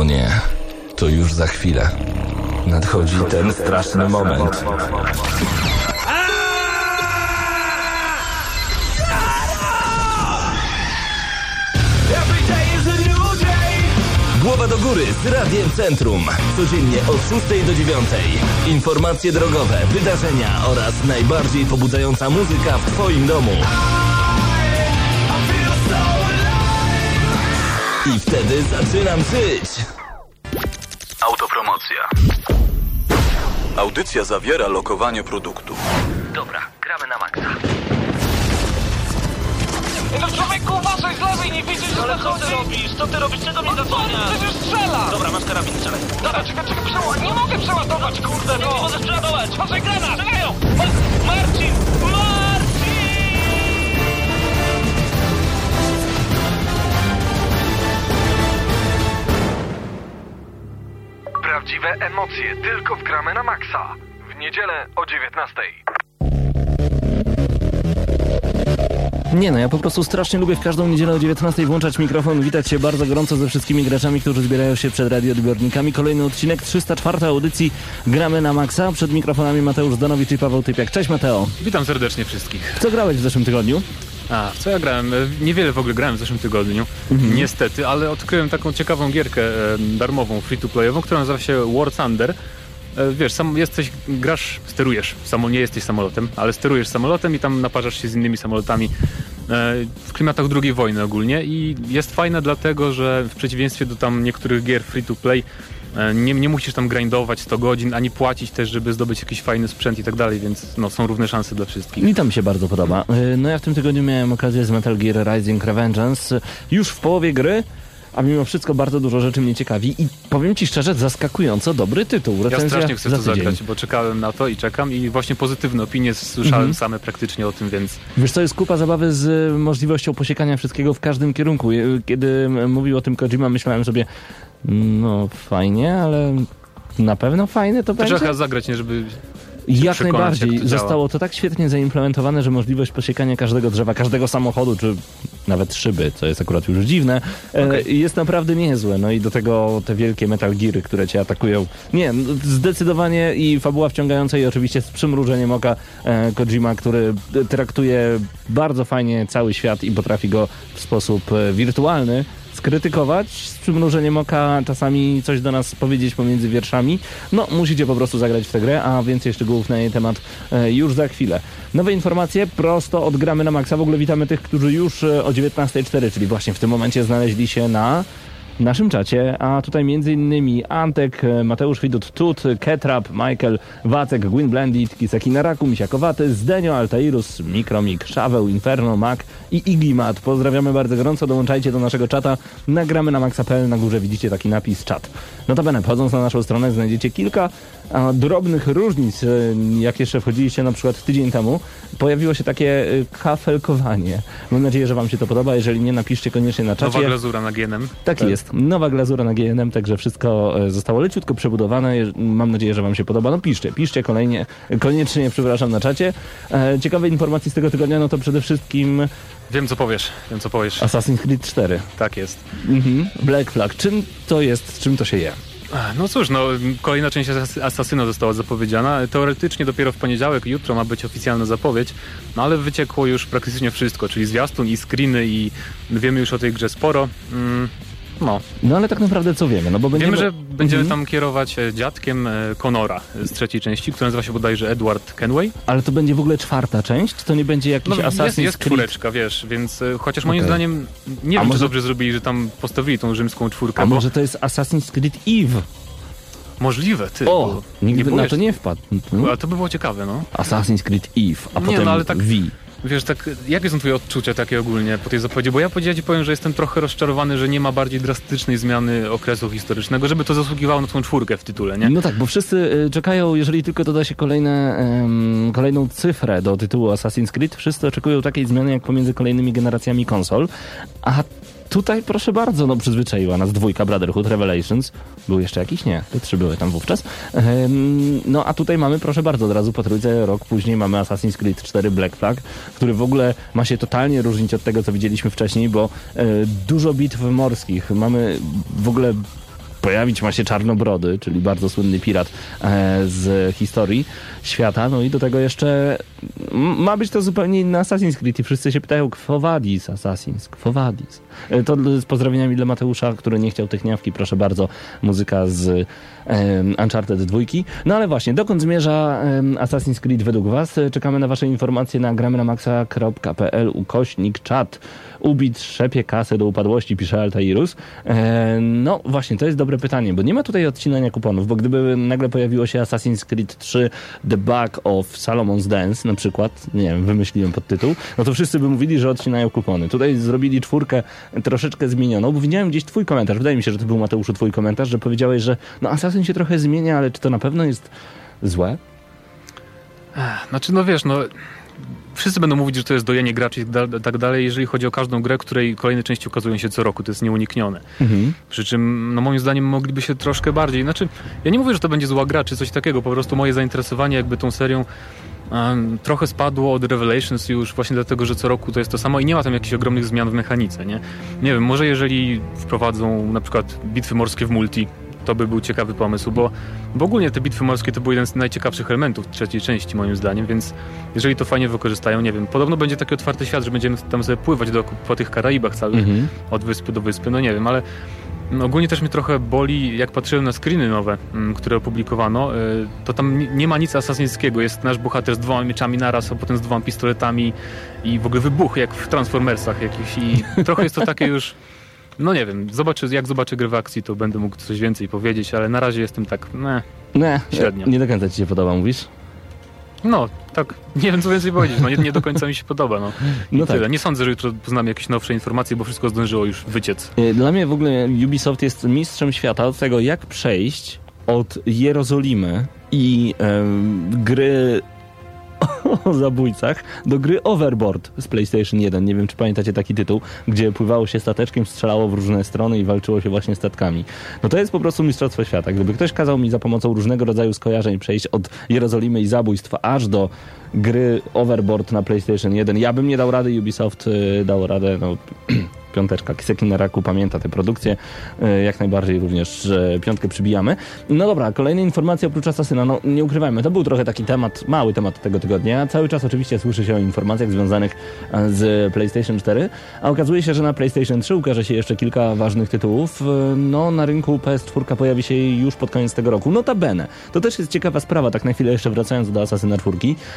O nie, to już za chwilę. Nadchodzi ten straszny moment. Głowa do góry z Radiem Centrum. Codziennie od 6 do 9. Informacje drogowe, wydarzenia oraz najbardziej pobudzająca muzyka w Twoim domu. I wtedy zaczynam żyć. Autopromocja. Audycja zawiera lokowanie produktu. Dobra, gramy na maksa. No człowieku, uważaj z lewej, nie widzisz, że Ale co ty robisz? Co ty robisz? Czego mnie zasłaniasz? Przecież strzela! Dobra, masz karabin, strzelaj. Dobra, czekaj, nie mogę przeładować, kurde, Nie możesz przeładować! Uważaj, granat! Strzelają! Marcin! Prawdziwe emocje tylko w Gramy na Maxa. W niedzielę o 19:00. Nie no, ja po prostu strasznie lubię w każdą niedzielę o 19:00 włączać mikrofon, witać się bardzo gorąco ze wszystkimi graczami, którzy zbierają się przed radioodbiornikami. Kolejny odcinek, 304 audycji Gramy na Maxa. Przed mikrofonami Mateusz Zdanowicz i Paweł Typiak. Cześć Mateo. Witam serdecznie wszystkich. W co grałeś w zeszłym tygodniu? W co ja grałem? Niewiele w ogóle grałem w zeszłym tygodniu, niestety, ale odkryłem taką ciekawą gierkę darmową, free-to-playową, która nazywa się War Thunder. Wiesz, sterujesz, nie jesteś samolotem, ale sterujesz samolotem i tam naparzasz się z innymi samolotami w klimatach II wojny ogólnie i jest fajna dlatego, że w przeciwieństwie do tam niektórych gier free-to-play nie musisz tam grindować 100 godzin, ani płacić też, żeby zdobyć jakiś fajny sprzęt i tak dalej, więc no, są równe szanse dla wszystkich. Mi to mi się bardzo podoba. No ja w tym tygodniu miałem okazję z Metal Gear Rising Revengeance już w połowie gry, a mimo wszystko bardzo dużo rzeczy mnie ciekawi i powiem Ci szczerze, zaskakująco dobry tytuł. Ja strasznie chcę to zagrać, bo czekałem na to i czekam i właśnie pozytywne opinie słyszałem same praktycznie o tym, więc... Wiesz, to jest kupa zabawy z możliwością posiekania wszystkiego w każdym kierunku. Kiedy mówił o tym Kojima, myślałem sobie, no fajnie, ale na pewno fajne to będzie. Trzeba zagrać, nie żeby... Jak najbardziej. Zostało to tak świetnie zaimplementowane, że możliwość posiekania każdego drzewa, każdego samochodu, czy nawet szyby, co jest akurat już dziwne, jest naprawdę niezłe. No i do tego te wielkie Metal Geary, które cię atakują. Nie, zdecydowanie i fabuła wciągająca i oczywiście z przymrużeniem oka Kojima, który traktuje bardzo fajnie cały świat i potrafi go w sposób wirtualny skrytykować, z przymrużeniem oka czasami coś do nas powiedzieć pomiędzy wierszami. No, musicie po prostu zagrać w tę grę, a więcej szczegółów na jej temat już za chwilę. Nowe informacje prosto od Gramy na Maxa. W ogóle witamy tych, którzy już o 19:04, czyli właśnie w tym momencie znaleźli się na naszym czacie, a tutaj m.in. Antek, Mateusz Widut-Tut, Ketrap, Michael, Wacek, Gwyn Blendit, Kisaki Naraku, Misiakowaty, Zdenio, Altairus, Mikromik, Szaweł, Inferno, Mac i Iglimat. Pozdrawiamy bardzo gorąco, dołączajcie do naszego czata. Nagramy na maxa.pl, na górze widzicie taki napis czat. Notabene, wchodząc na naszą stronę znajdziecie kilka drobnych różnic. Jak jeszcze wchodziliście na przykład tydzień temu, pojawiło się takie kafelkowanie. Mam nadzieję, że Wam się to podoba. Jeżeli nie, napiszcie koniecznie na czacie. Nowa glazura na GNM. Tak jest. Nowa glazura na GNM, także wszystko zostało leciutko przebudowane. Mam nadzieję, że Wam się podoba. No piszcie koniecznie, przepraszam, na czacie. Ciekawe informacje z tego tygodnia, no to przede wszystkim... Wiem co powiesz. Assassin's Creed 4. Tak jest. Black Flag. Czym to jest, czym to się je? No cóż, kolejna część Asasyna została zapowiedziana. Teoretycznie dopiero w poniedziałek, jutro ma być oficjalna zapowiedź, no ale wyciekło już praktycznie wszystko, czyli zwiastun i screeny i wiemy już o tej grze sporo. No ale tak naprawdę co wiemy? No bo wiemy, że będziemy tam kierować dziadkiem Connora z trzeciej części, który nazywa się bodajże Edward Kenway. Ale to będzie w ogóle czwarta część? Czy to nie będzie jakiś Assassin's Creed? Jest czwóreczka, wiesz, więc chociaż moim zdaniem nie wiem, czy dobrze zrobili, że tam postawili tą rzymską czwórkę. A może to jest Assassin's Creed Eve? Możliwe, ty. Nigdy na to nie wpadł. A to by było ciekawe, no. Assassin's Creed Eve, a potem ale tak, V. Wiesz, tak, jakie są twoje odczucia takie ogólnie po tej zapowiedzi? Bo ja ci powiem, że jestem trochę rozczarowany, że nie ma bardziej drastycznej zmiany okresu historycznego, żeby to zasługiwało na tą czwórkę w tytule, nie? No tak, bo wszyscy czekają, jeżeli tylko doda się kolejną cyfrę do tytułu Assassin's Creed, wszyscy oczekują takiej zmiany jak pomiędzy kolejnymi generacjami konsol, a tutaj proszę bardzo, przyzwyczaiła nas dwójka Brotherhood Revelations. Był jeszcze jakiś? Nie, te 3 były tam wówczas. No a tutaj mamy, proszę bardzo, od razu po trójce, rok później mamy Assassin's Creed 4 Black Flag, który w ogóle ma się totalnie różnić od tego, co widzieliśmy wcześniej, bo dużo bitw morskich. Mamy w ogóle pojawić ma się Czarnobrody, czyli bardzo słynny pirat z historii świata. No i do tego jeszcze ma być to zupełnie inny Assassin's Creed i wszyscy się pytają, Quo Vadis Assassin's, Quo Vadis. To z pozdrowieniami dla Mateusza, który nie chciał techniawki, proszę bardzo, muzyka z Uncharted 2. No ale właśnie, dokąd zmierza Assassin's Creed według was? Czekamy na wasze informacje na gramy-na-maxa.pl/czat. Ubit szepie kasę do upadłości, pisze Altairus. No właśnie, to jest dobre pytanie, bo nie ma tutaj odcinania kuponów, bo gdyby nagle pojawiło się Assassin's Creed 3 The Bug of Solomon's Dance na przykład, nie wiem, wymyśliłem podtytuł, no to wszyscy by mówili, że odcinają kupony. Tutaj zrobili 4 troszeczkę zmienioną, bo widziałem gdzieś twój komentarz, wydaje mi się, że to był, Mateuszu, twój komentarz, że powiedziałeś, że no Assassin się trochę zmienia, ale czy to na pewno jest złe? Znaczy, no wiesz, no wszyscy będą mówić, że to jest dojenie graczy i tak dalej, jeżeli chodzi o każdą grę, której kolejne części ukazują się co roku. To jest nieuniknione. Przy czym, no moim zdaniem, mogliby się troszkę bardziej... Znaczy, ja nie mówię, że to będzie zła gra, czy coś takiego. Po prostu moje zainteresowanie jakby tą serią trochę spadło od Revelations już właśnie dlatego, że co roku to jest to samo i nie ma tam jakichś ogromnych zmian w mechanice, nie? Nie wiem, może jeżeli wprowadzą na przykład bitwy morskie w multi, to by był ciekawy pomysł, bo ogólnie te bitwy morskie to był jeden z najciekawszych elementów trzeciej części moim zdaniem, więc jeżeli to fajnie wykorzystają, nie wiem, podobno będzie taki otwarty świat, że będziemy tam sobie pływać po tych Karaibach całych, od wyspy do wyspy, no nie wiem, ale ogólnie też mnie trochę boli, jak patrzyłem na screeny nowe, które opublikowano, to tam nie ma nic asasyńskiego, jest nasz bohater z 2 mieczami naraz, a potem z 2 pistoletami i w ogóle wybuch jak w Transformersach jakichś i trochę jest to takie już... No nie wiem, jak zobaczę grę w akcji, to będę mógł coś więcej powiedzieć, ale na razie jestem tak, średnio. Nie do końca ci się podoba, mówisz? No, tak, nie wiem co więcej powiedzieć, no nie do końca mi się podoba, no. No tak. Tyle. Nie sądzę, że jutro poznamy jakieś nowsze informacje, bo wszystko zdążyło już wyciec. Dla mnie w ogóle Ubisoft jest mistrzem świata od tego, jak przejść od Jerozolimy i gry o zabójcach do gry Overboard z PlayStation 1. Nie wiem, czy pamiętacie taki tytuł, gdzie pływało się stateczkiem, strzelało w różne strony i walczyło się właśnie statkami. No to jest po prostu mistrzostwo świata. Gdyby ktoś kazał mi za pomocą różnego rodzaju skojarzeń przejść od Jerozolimy i zabójstw aż do gry Overboard na PlayStation 1, ja bym nie dał rady, Ubisoft dał radę, no... 5. Kiseki na raku pamięta te produkcje. Jak najbardziej również 5 przybijamy. No dobra, kolejne informacje oprócz Asasyna. No nie ukrywajmy, to był trochę taki temat, mały temat tego tygodnia. Cały czas oczywiście słyszy się o informacjach związanych z PlayStation 4, a okazuje się, że na PlayStation 3 ukaże się jeszcze kilka ważnych tytułów. No na rynku PS4 pojawi się już pod koniec tego roku. Notabene. To też jest ciekawa sprawa, tak na chwilę jeszcze wracając do Asasyna 4.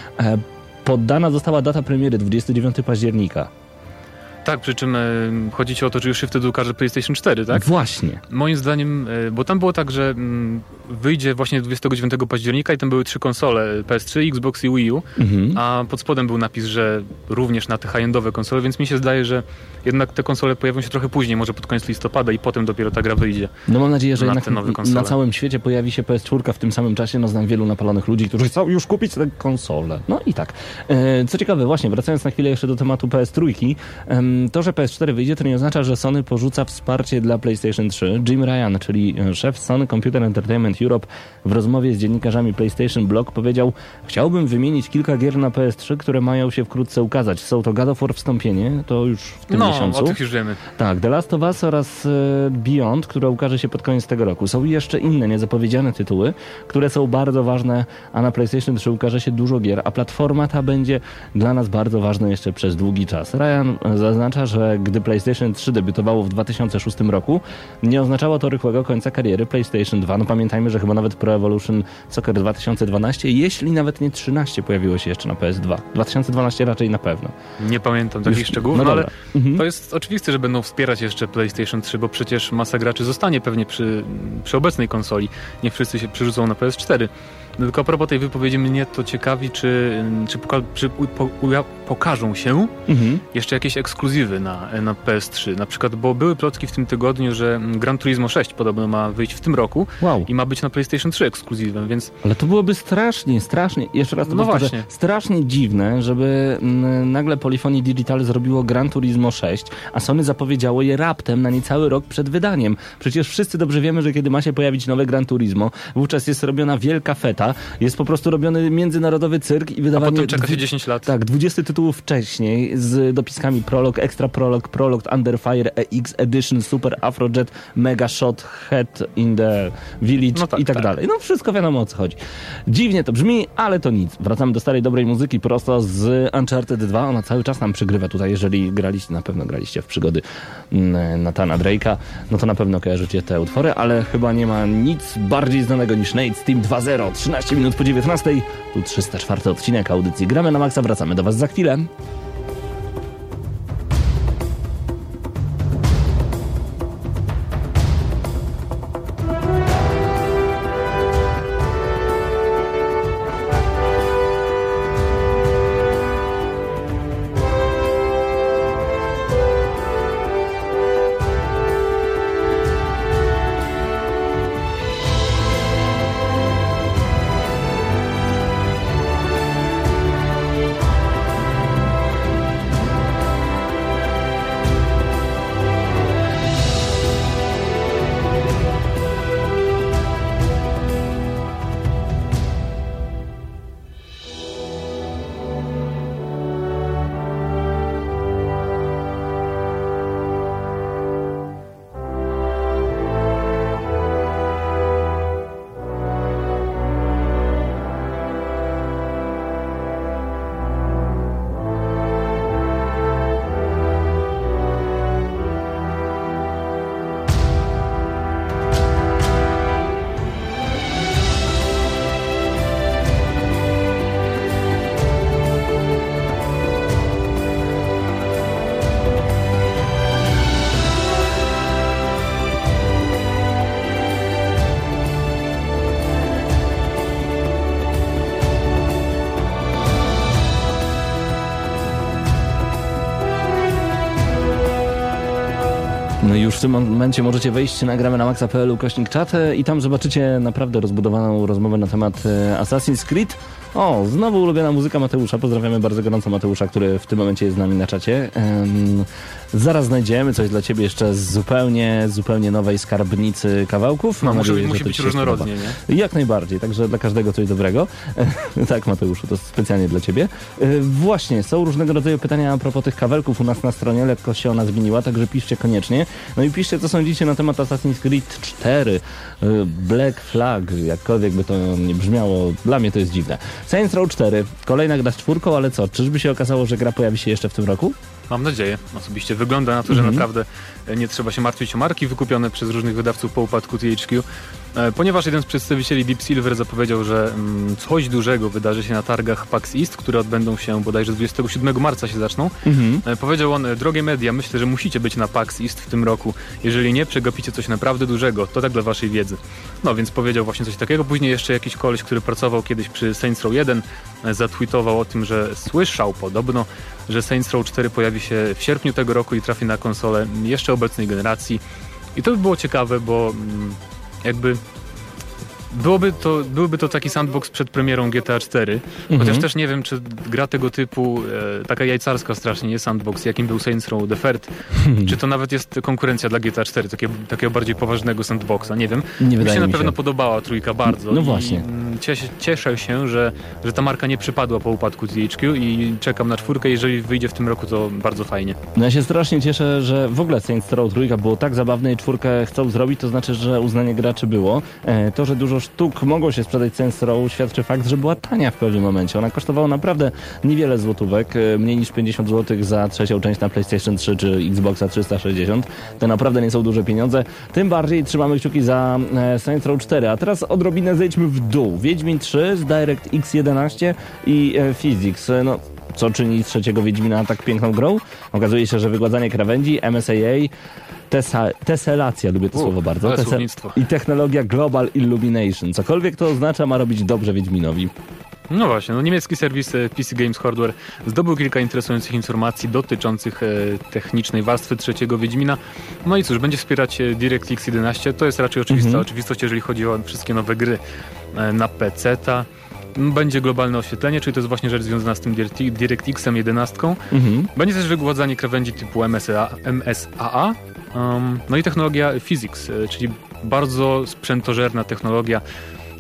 Poddana została data premiery 29 października. Tak, przy czym chodzi ci o to, czy już się wtedy ukaże PlayStation 4, tak? Właśnie. Moim zdaniem, bo tam było tak, że wyjdzie właśnie 29 października i tam były 3 konsole, PS3, Xbox i Wii U, a pod spodem był napis, że również na te high-endowe konsole, więc mi się zdaje, że jednak te konsole pojawią się trochę później, może pod koniec listopada i potem dopiero ta gra wyjdzie. No mam nadzieję, że jednak na całym świecie pojawi się PS4 w tym samym czasie. No znam wielu napalonych ludzi, którzy chcą już kupić tę konsolę. No i tak. Co ciekawe, właśnie wracając na chwilę jeszcze do tematu PS3, to, że PS4 wyjdzie, to nie oznacza, że Sony porzuca wsparcie dla PlayStation 3. Jim Ryan, czyli szef Sony Computer Entertainment Europe, w rozmowie z dziennikarzami PlayStation Blog powiedział: chciałbym wymienić kilka gier na PS3, które mają się wkrótce ukazać. Są to God of War Wstąpienie, to już w tym miesiącu. O tych już wiemy. Tak, The Last of Us oraz Beyond, która ukaże się pod koniec tego roku. Są jeszcze inne niezapowiedziane tytuły, które są bardzo ważne, a na PlayStation 3 ukaże się dużo gier, a platforma ta będzie dla nas bardzo ważna jeszcze przez długi czas. Ryan zaznacza, że gdy PlayStation 3 debiutowało w 2006 roku, nie oznaczało to rychłego końca kariery PlayStation 2. No pamiętajmy, że chyba nawet Pro Evolution Soccer 2012, jeśli nawet nie 13, pojawiło się jeszcze na PS2. 2012 raczej na pewno. Nie pamiętam takich szczegółów, no ale to jest oczywiste, że będą wspierać jeszcze PlayStation 3, bo przecież masa graczy zostanie pewnie przy obecnej konsoli. Nie wszyscy się przerzucą na PS4. Tylko a propos tej wypowiedzi, mnie to ciekawi, czy pokażą się jeszcze jakieś ekskluzywy na PS3. Na przykład, bo były plotki w tym tygodniu, że Gran Turismo 6 podobno ma wyjść w tym roku i ma być na PlayStation 3 ekskluzywem, więc... Ale to byłoby strasznie, jeszcze raz to powtórzę, strasznie dziwne, żeby nagle Polyphony Digital zrobiło Gran Turismo 6, a Sony zapowiedziało je raptem na niecały rok przed wydaniem. Przecież wszyscy dobrze wiemy, że kiedy ma się pojawić nowe Gran Turismo, wówczas jest robiona wielka feta, lata. Jest po prostu robiony międzynarodowy cyrk i wydawanie... A potem czeka się 10 lat. Tak, 20 tytułów wcześniej z dopiskami Prolog, Extra Prolog, Prolog Under Fire, EX Edition, Super Afrojet, Mega Shot, Head in the Village i tak dalej. No wszystko wiadomo, o co chodzi. Dziwnie to brzmi, ale to nic. Wracamy do starej, dobrej muzyki prosto z Uncharted 2. Ona cały czas nam przygrywa tutaj. Jeżeli graliście, na pewno graliście w przygody Nathana Drake'a, no to na pewno kojarzycie te utwory, ale chyba nie ma nic bardziej znanego niż Nate's Team 2.0. 13 minut po 19. Tu 304 odcinek audycji Gramy na Maxa. Wracamy do was za chwilę. No i już w tym momencie możecie wejść na gramy na maxa.pl/czat i tam zobaczycie naprawdę rozbudowaną rozmowę na temat Assassin's Creed. O, znowu ulubiona muzyka Mateusza. Pozdrawiamy bardzo gorąco Mateusza, który w tym momencie jest z nami na czacie. Zaraz znajdziemy coś dla ciebie jeszcze z zupełnie nowej skarbnicy kawałków. No, musi być różnorodnie, nie? Jak najbardziej, także dla każdego coś dobrego. Tak, Mateuszu, to specjalnie dla ciebie. Właśnie, są różnego rodzaju pytania a propos tych kawałków u nas na stronie. Lekko się ona zmieniła, także piszcie koniecznie. No i piszcie, co sądzicie na temat Assassin's Creed 4, Black Flag, jakkolwiek by to nie brzmiało. Dla mnie to jest dziwne. Saints Row 4, kolejna gra z 4, ale co? Czyżby się okazało, że gra pojawi się jeszcze w tym roku? Mam nadzieję. Osobiście wygląda na to, że naprawdę nie trzeba się martwić o marki wykupione przez różnych wydawców po upadku THQ, ponieważ jeden z przedstawicieli Deep Silver zapowiedział, że coś dużego wydarzy się na targach PAX East, które odbędą się bodajże 27 marca się zaczną. Powiedział on: drogie media, myślę, że musicie być na PAX East w tym roku. Jeżeli nie, przegapicie coś naprawdę dużego. To tak dla waszej wiedzy. No więc powiedział właśnie coś takiego. Później jeszcze jakiś koleś, który pracował kiedyś przy Saints Row 1, zatweetował o tym, że słyszał podobno, że Saints Row 4 pojawi się w sierpniu tego roku i trafi na konsolę jeszcze obecnej generacji. I to by było ciekawe, bo jakby byłby to taki sandbox przed premierą GTA 4, chociaż też nie wiem, czy gra tego typu, taka jajcarska strasznie, nie sandbox, jakim był Saints Row The Third, czy to nawet jest konkurencja dla GTA 4, takiego bardziej poważnego sandboxa, nie wiem. Mi się na pewno podobała trójka bardzo. No właśnie. Cieszę się, że ta marka nie przypadła po upadku THQ i czekam na 4, jeżeli wyjdzie w tym roku, to bardzo fajnie. No ja się strasznie cieszę, że w ogóle Saints Row 3 było tak zabawne i 4 chcą zrobić, to znaczy, że uznanie graczy było. To, że dużo sztuk mogło się sprzedać Saints Row, świadczy fakt, że była tania w pewnym momencie. Ona kosztowała naprawdę niewiele złotówek, mniej niż 50 zł za trzecią część na PlayStation 3 czy Xboxa 360. To naprawdę nie są duże pieniądze. Tym bardziej trzymamy kciuki za Saints Row 4. A teraz odrobinę zejdźmy w dół. Wiedźmin 3 z DirectX 11 i Physics. No, co czyni trzeciego Wiedźmina tak piękną grą? Okazuje się, że wygładzanie krawędzi, MSAA, teselacja, lubię to słowo bardzo, i technologia Global Illumination. Cokolwiek to oznacza, ma robić dobrze Wiedźminowi. No właśnie, niemiecki serwis PC Games Hardware zdobył kilka interesujących informacji dotyczących technicznej warstwy trzeciego Wiedźmina. No i cóż, będzie wspierać DirectX 11. To jest raczej oczywistość, jeżeli chodzi o wszystkie nowe gry na PC-ta. Będzie globalne oświetlenie, czyli to jest właśnie rzecz związana z tym DirectX-em 11. Będzie też wygładzanie krawędzi typu MSAA. No i technologia Physics, czyli bardzo sprzętożerna technologia,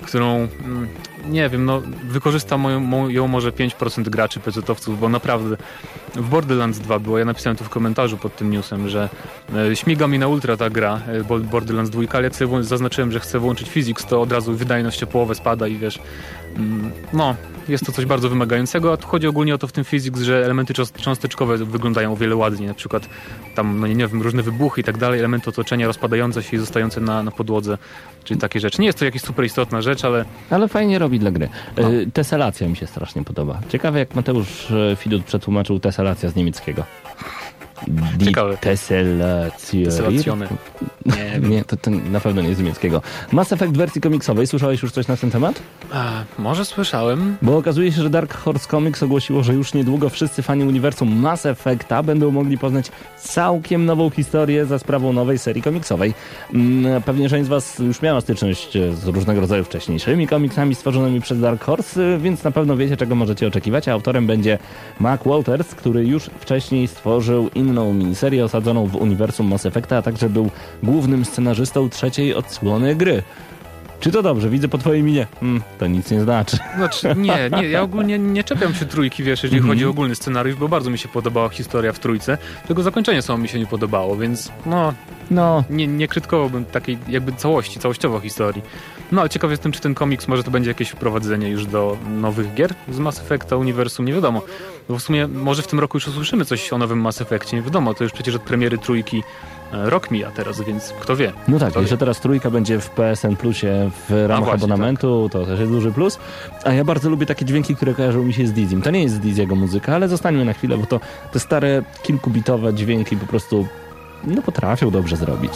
którą, nie wiem, no wykorzysta ją może 5% graczy PC-towców, bo naprawdę w Borderlands 2 było, ja napisałem tu w komentarzu pod tym newsem, że śmiga mi na ultra ta gra, Borderlands 2, ale jak sobie zaznaczyłem, że chcę włączyć physics, to od razu wydajność o połowę spada i wiesz, no, jest to coś bardzo wymagającego, a tu chodzi ogólnie o to w tym physics, że elementy cząsteczkowe wyglądają o wiele ładniej, na przykład tam, no nie wiem, różne wybuchy i tak dalej, elementy otoczenia rozpadające się i zostające na podłodze, czyli takie rzeczy. Nie jest to jakaś super istotna rzecz, ale fajnie robi dla gry. No. Teselacja mi się strasznie podoba. Ciekawe, jak Mateusz Fidut przetłumaczył teselacja z niemieckiego. Ciekawe. Tesselacjone. Nie, to na pewno nie z niemieckiego. Mass Effect w wersji komiksowej. Słyszałeś już coś na ten temat? Może słyszałem. Bo okazuje się, że Dark Horse Comics ogłosiło, że już niedługo wszyscy fani uniwersum Mass Effecta będą mogli poznać całkiem nową historię za sprawą nowej serii komiksowej. Pewnie część z was już miała styczność z różnego rodzaju wcześniejszymi komiksami stworzonymi przez Dark Horse, więc na pewno wiecie, czego możecie oczekiwać. A autorem będzie Mac Walters, który już wcześniej stworzył inną miniserię osadzoną w uniwersum Mass Effecta, a także był głównym scenarzystą trzeciej odsłony gry. Czy to dobrze? Widzę po twojej minie. To nic nie znaczy. Znaczy, nie, ja ogólnie nie czepiam się trójki, wiesz, jeżeli chodzi o ogólny scenariusz, bo bardzo mi się podobała historia w trójce, tylko zakończenie samo mi się nie podobało, więc nie krytykowałbym takiej jakby całościowo historii. No, ale ciekaw jestem, czy ten komiks, może to będzie jakieś wprowadzenie już do nowych gier z Mass Effecta, uniwersum, nie wiadomo. Bo w sumie może w tym roku już usłyszymy coś o nowym Mass Effectie, nie wiadomo, to już przecież od premiery trójki rok mija teraz, więc kto wie. No tak, jeszcze teraz trójka będzie w PSN Plusie w ramach abonamentu, tak. To też jest duży plus. A ja bardzo lubię takie dźwięki, które kojarzą mi się z Dizim. To nie jest z Diziego muzyka, ale zostańmy na chwilę, bo to te stare, kilkubitowe dźwięki po prostu potrafią dobrze zrobić.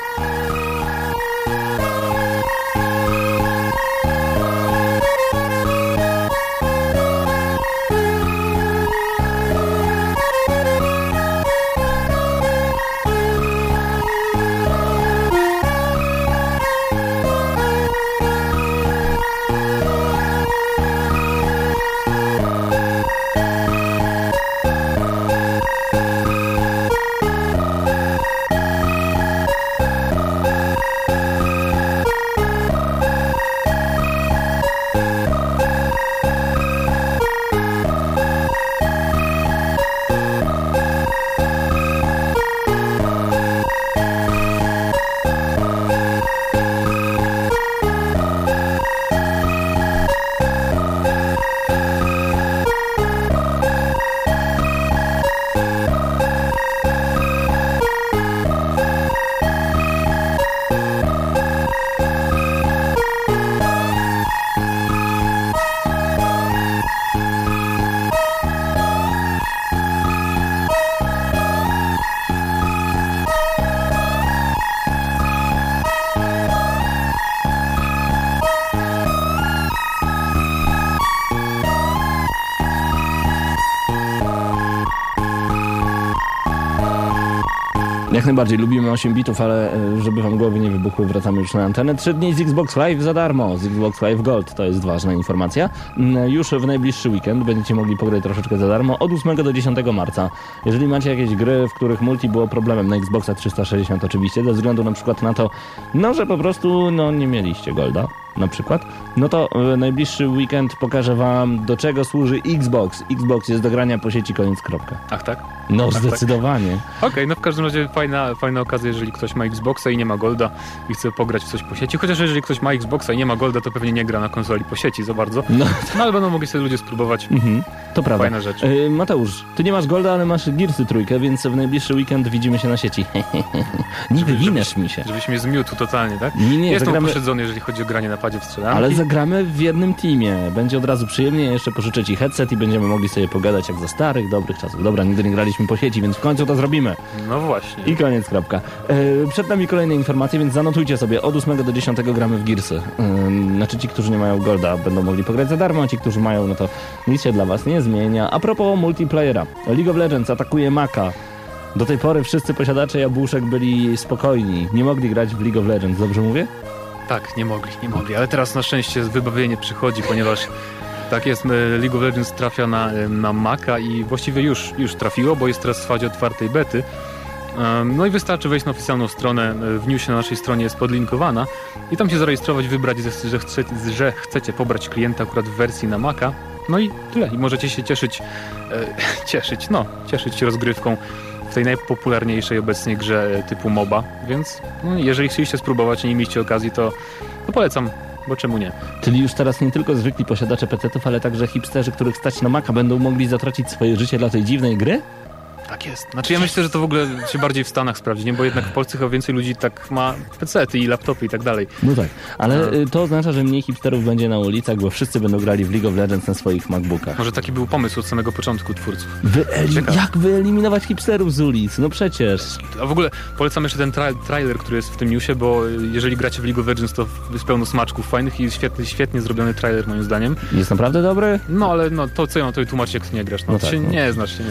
Jak najbardziej lubimy 8 bitów, ale żeby wam głowy nie wybuchły, wracamy już na antenę. 3 dni z Xbox Live za darmo. Z Xbox Live Gold, to jest ważna informacja. Już w najbliższy weekend będziecie mogli pograć troszeczkę za darmo od 8 do 10 marca. Jeżeli macie jakieś gry, w których multi było problemem, na Xboxa 360 oczywiście, ze względu na przykład na to, że po prostu nie mieliście Golda, na przykład, to najbliższy weekend pokażę wam, do czego służy Xbox. Xbox jest do grania po sieci, koniec, kropka. Ach tak? Zdecydowanie. Okej, w każdym razie fajna okazja, jeżeli ktoś ma Xboxa i nie ma Golda i chce pograć w coś po sieci. Chociaż jeżeli ktoś ma Xboxa i nie ma Golda, to pewnie nie gra na konsoli po sieci za bardzo. Ale będą mogli sobie ludzie spróbować. To prawda. Fajna rzecz. Mateusz, ty nie masz Golda, ale masz Gearsy trójkę, więc w najbliższy weekend widzimy się na sieci. Nie wywiniesz mi się. Żebyś mnie zmiótł totalnie, tak? Nie, jestem upośledzony, jeżeli chodzi o granie na padzie w strzelanki. Ale zagramy w jednym teamie. Będzie od razu przyjemnie, jeszcze pożyczę ci headset i będziemy mogli sobie pogadać jak za starych, dobrych czasów. Dobra, nigdy nie graliśmy po sieci, więc w końcu to zrobimy. No właśnie. I koniec, kropka. Przed nami kolejne informacje, więc zanotujcie sobie, od 8 do 10 gramy w Gearsy. Znaczy ci, którzy nie mają Golda, będą mogli pograć za darmo, a ci, którzy mają, to nic się dla was nie zmienia. A propos multiplayera. League of Legends atakuje Maca. Do tej pory wszyscy posiadacze jabłuszek byli spokojni. Nie mogli grać w League of Legends, dobrze mówię? Tak, nie mogli, ale teraz na szczęście wybawienie przychodzi, ponieważ tak jest, League of Legends trafia na Maca i właściwie już trafiło, bo jest teraz w fazie otwartej bety. No i wystarczy wejść na oficjalną stronę, w newsie na naszej stronie jest podlinkowana i tam się zarejestrować, wybrać, że chcecie pobrać klienta akurat w wersji na Maca. No i tyle. I możecie się cieszyć się rozgrywką w tej najpopularniejszej obecnie grze typu MOBA, więc jeżeli chcieliście spróbować i nie mieliście okazji, to polecam, bo czemu nie? Czyli już teraz nie tylko zwykli posiadacze PC-ów, ale także hipsterzy, których stać na Maca, będą mogli zatracić swoje życie dla tej dziwnej gry? Tak jest. Znaczy ja myślę, że to w ogóle się bardziej w Stanach sprawdzi, nie? Bo jednak w Polsce chyba więcej ludzi tak ma PC-ty i laptopy i tak dalej. No tak, ale to oznacza, że mniej hipsterów będzie na ulicach, bo wszyscy będą grali w League of Legends na swoich MacBookach. Może taki był pomysł od samego początku twórców. Jak wyeliminować hipsterów z ulic? No przecież. A w ogóle polecam jeszcze ten trailer, który jest w tym newsie, bo jeżeli gracie w League of Legends, to jest pełno smaczków fajnych i świetnie zrobiony trailer moim zdaniem. Jest naprawdę dobry? No ale to co ja mam to tłumaczyć, jak ty nie grasz. No tak, nie znasz się.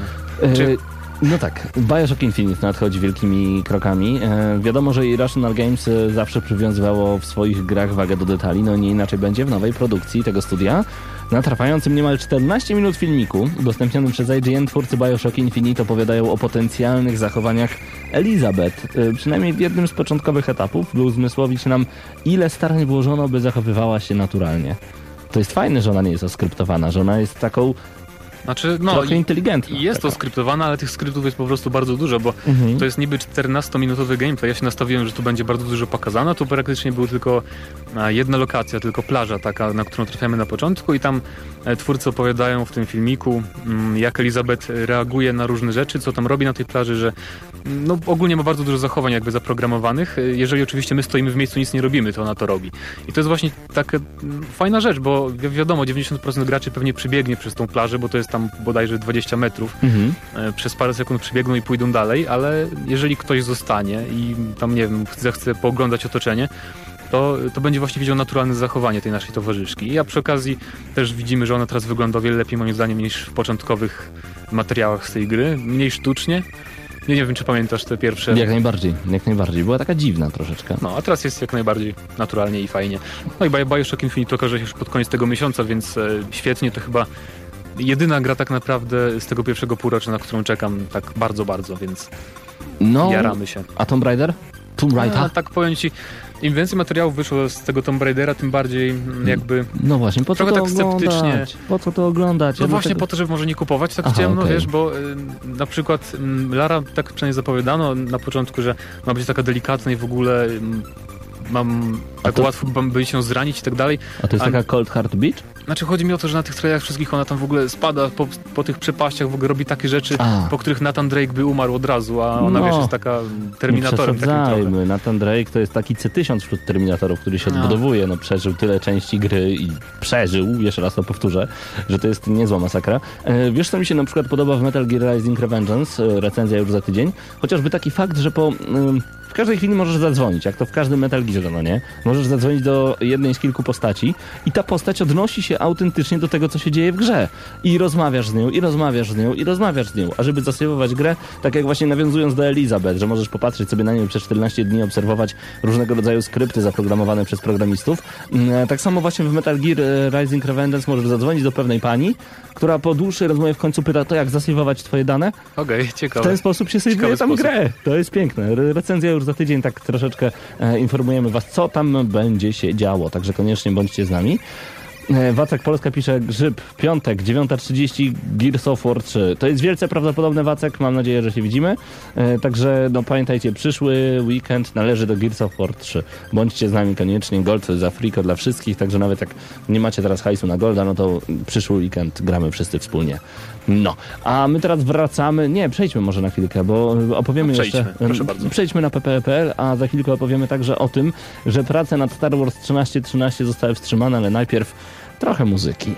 No tak, Bioshock Infinite nadchodzi wielkimi krokami. Wiadomo, że Irrational Games zawsze przywiązywało w swoich grach wagę do detali, no nie inaczej będzie w nowej produkcji tego studia. Na trwającym niemal 14 minut filmiku, udostępnionym przez IGN, twórcy Bioshock Infinite opowiadają o potencjalnych zachowaniach Elizabeth. Przynajmniej w jednym z początkowych etapów, by uzmysłowić nam, ile starań włożono, by zachowywała się naturalnie. To jest fajne, że ona nie jest oskryptowana, że ona jest taką trochę inteligentna. Jest to skryptowane, ale tych skryptów jest po prostu bardzo dużo, bo to jest niby 14-minutowy gameplay. Ja się nastawiłem, że tu będzie bardzo dużo pokazane. Tu praktycznie była tylko jedna lokacja, tylko plaża taka, na którą trafiamy na początku i tam twórcy opowiadają w tym filmiku, jak Elizabeth reaguje na różne rzeczy, co tam robi na tej plaży, że ogólnie ma bardzo dużo zachowań jakby zaprogramowanych. Jeżeli oczywiście my stoimy w miejscu, nic nie robimy, to ona to robi. I to jest właśnie taka fajna rzecz, bo wiadomo, 90% graczy pewnie przebiegnie przez tą plażę, bo to jest tam bodajże 20 metrów. Przez parę sekund przebiegną i pójdą dalej, ale jeżeli ktoś zostanie i tam, nie wiem, zechce pooglądać otoczenie, to będzie właśnie widział naturalne zachowanie tej naszej towarzyszki. I a przy okazji też widzimy, że ona teraz wygląda o wiele lepiej moim zdaniem niż w początkowych materiałach z tej gry. Mniej sztucznie. Nie wiem, czy pamiętasz te pierwsze... Jak najbardziej. Była taka dziwna troszeczkę. No, a teraz jest jak najbardziej naturalnie i fajnie. No i Bioshock Infinite okaże się już pod koniec tego miesiąca, więc świetnie. To chyba jedyna gra tak naprawdę z tego pierwszego półrocza, na którą czekam tak bardzo, bardzo, więc jaramy się. A Tomb Raider? Tak powiem ci, im więcej materiałów wyszło z tego Tomb Raidera, tym bardziej jakby... No właśnie, po co trochę to tak sceptycznie. Po co to oglądać? No właśnie po to, żeby może nie kupować tak ciemno, okay. Wiesz, bo na przykład Lara, tak przynajmniej zapowiadano na początku, że ma być taka delikatna i w ogóle łatwo by się zranić i tak dalej. A to jest taka Cold Heart Beach? Znaczy chodzi mi o to, że na tych trailerach wszystkich ona tam w ogóle spada po tych przepaściach, w ogóle robi takie rzeczy, po których Nathan Drake by umarł od razu, a ona wiesz, jest taka Terminatorem takim trochę. Nathan Drake to jest taki C-1000 wśród Terminatorów, który się odbudowuje, przeżył tyle części gry i jeszcze raz to powtórzę, że to jest niezła masakra. Wiesz, co mi się na przykład podoba w Metal Gear Rising Revengeance, recenzja już za tydzień, chociażby taki fakt, że w każdej chwili możesz zadzwonić, jak to w każdym Metal Gearze, no nie? Możesz zadzwonić do jednej z kilku postaci i ta postać odnosi się autentycznie do tego, co się dzieje w grze. I rozmawiasz z nią, i rozmawiasz z nią, i rozmawiasz z nią. A żeby zasejwować grę, tak jak właśnie nawiązując do Elizabeth, że możesz popatrzeć sobie na nią przez 14 dni, obserwować różnego rodzaju skrypty zaprogramowane przez programistów. Tak samo właśnie w Metal Gear Rising Revengeance możesz zadzwonić do pewnej pani, która po dłuższej rozmowie w końcu pyta, to jak zasejwować twoje dane? Okej, ciekawe. W ten sposób się sejwuje tam grę. To jest piękne. Recenzja już za tydzień, tak troszeczkę informujemy was, co tam będzie się działo. Także koniecznie bądźcie z nami. Wacek Polska pisze, Grzyb, piątek, 9:30, Gears of War 3. To jest wielce prawdopodobne, Wacek, mam nadzieję, że się widzimy. Także pamiętajcie, przyszły weekend należy do Gears of War 3. Bądźcie z nami koniecznie, Gold za friko dla wszystkich, także nawet jak nie macie teraz hajsu na Golda, no to przyszły weekend gramy wszyscy wspólnie. No, a my teraz wracamy, przejdźmy może na chwilkę, bo opowiemy jeszcze... Proszę bardzo. Przejdźmy na pp.pl, a za chwilkę opowiemy także o tym, że prace nad Star Wars 1313 zostały wstrzymane, ale najpierw trochę muzyki.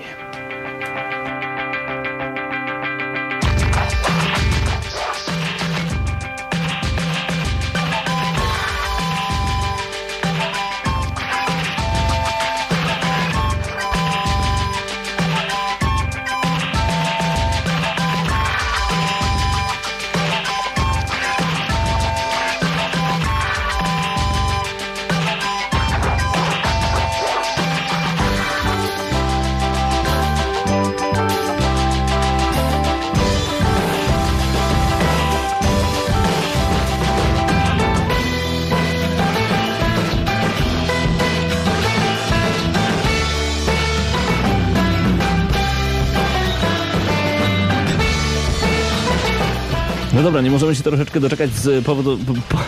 No dobra, nie możemy się troszeczkę doczekać z powodu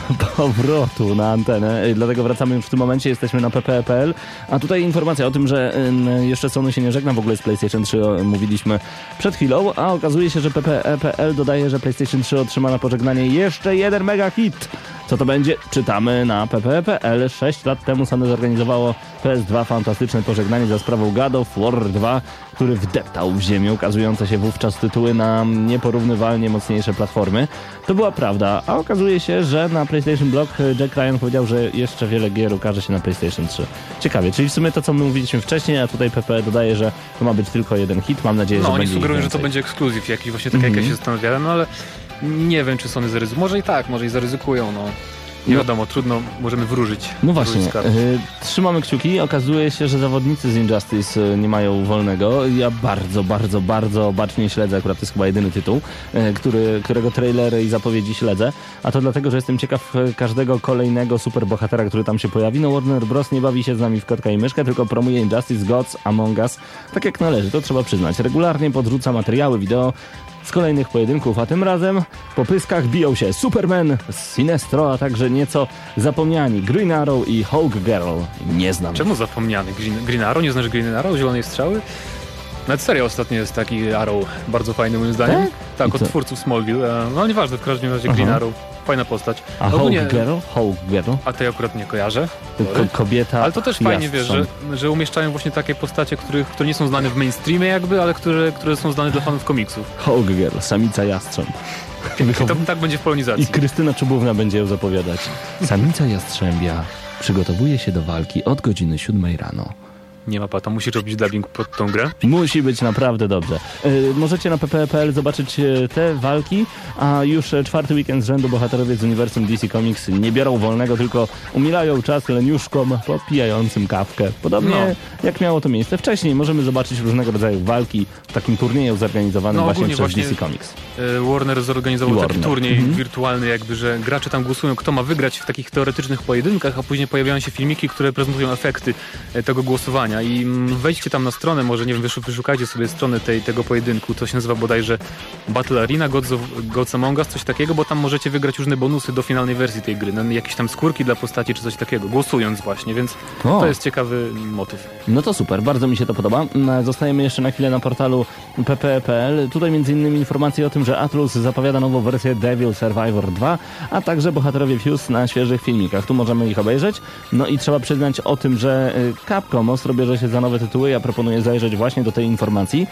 powrotu na antenę, dlatego wracamy już w tym momencie, jesteśmy na ppe.pl, a tutaj informacja o tym, że jeszcze Sony się nie żegna w ogóle z PlayStation 3, mówiliśmy przed chwilą, a okazuje się, że ppe.pl dodaje, że PlayStation 3 otrzyma na pożegnanie jeszcze jeden mega hit. Co to będzie? Czytamy na ppe.pl. 6 lat temu Sony zorganizowało PS2 fantastyczne pożegnanie za sprawą God of War 2, który wdeptał w ziemię, ukazujące się wówczas tytuły na nieporównywalnie mocniejsze platformy. To była prawda, a okazuje się, że na PlayStation Blog Jack Ryan powiedział, że jeszcze wiele gier ukaże się na PlayStation 3. Ciekawie, czyli w sumie to, co my mówiliśmy wcześniej, a tutaj ppe dodaje, że to ma być tylko jeden hit. Mam nadzieję, że będzie oni sugerują, że to będzie ekskluzyw jakiś, właśnie tak jak ja się zastanawiałem, no ale nie wiem, czy Sony zaryzykują. Może i tak, może i zaryzykują, no. Nie wiadomo, trudno, możemy wróżyć. No właśnie, trzymamy kciuki. Okazuje się, że zawodnicy z Injustice nie mają wolnego. Ja bardzo bacznie śledzę, akurat to jest chyba jedyny tytuł, którego trailery i zapowiedzi śledzę. A to dlatego, że jestem ciekaw każdego kolejnego superbohatera, który tam się pojawi. No Warner Bros. Nie bawi się z nami w kotka i myszkę, tylko promuje Injustice, Gods, Among Us. Tak jak należy, to trzeba przyznać. Regularnie podrzuca materiały wideo z kolejnych pojedynków, a tym razem po pyskach biją się Superman, Sinestro, a także nieco zapomniani Green Arrow i Hawk Girl. Nie znam. Czemu zapomniany? Green Arrow? Nie znasz Green Arrow? Zielonej Strzały? Nawet seria ostatnio jest taki Arrow, bardzo fajny moim zdaniem. Tak, od twórców Smallville. No nieważne, w każdym razie Green Arrow. Fajna postać. A Hawk Girl? A tej akurat nie kojarzę. Kobieta. Ale to też fajnie, wiesz, że umieszczają właśnie takie postacie, które nie są znane w mainstreamie jakby, ale które są znane dla fanów komiksów. Hawk Girl, samica jastrząb. I to tak będzie w polonizacji. I Krystyna Czubówna będzie ją zapowiadać. Samica jastrzębia przygotowuje się do walki od godziny 7 rano. Nie ma pata, musisz robić dubbing pod tą grę? Musi być naprawdę dobrze. Możecie na ppe.pl zobaczyć te walki, a już 4. weekend z rzędu bohaterowie z uniwersum DC Comics nie biorą wolnego, tylko umilają czas leniuszkom popijającym kawkę. Podobnie jak miało to miejsce wcześniej. Możemy zobaczyć różnego rodzaju walki w takim turnieju zorganizowanym właśnie przez DC Comics. Warner zorganizował taki turniej wirtualny, jakby, że gracze tam głosują, kto ma wygrać w takich teoretycznych pojedynkach, a później pojawiają się filmiki, które prezentują efekty tego głosowania. I wejdźcie tam na stronę, może nie wiem, wyszukajcie sobie stronę tego pojedynku, to się nazywa bodajże Battle Arena, Gods Among Us, coś takiego, bo tam możecie wygrać różne bonusy do finalnej wersji tej gry, jakieś tam skórki dla postaci czy coś takiego, głosując właśnie, więc to jest ciekawy motyw. No to super, bardzo mi się to podoba. Zostajemy jeszcze na chwilę na portalu ppe.pl. Tutaj między innymi informacje o tym, że Atlus zapowiada nową wersję Devil Survivor 2, a także bohaterowie Fuse na świeżych filmikach. Tu możemy ich obejrzeć. No i trzeba przyznać o tym, że Capcom ostro bierze się za nowe tytuły. Ja proponuję zajrzeć właśnie do tej informacji.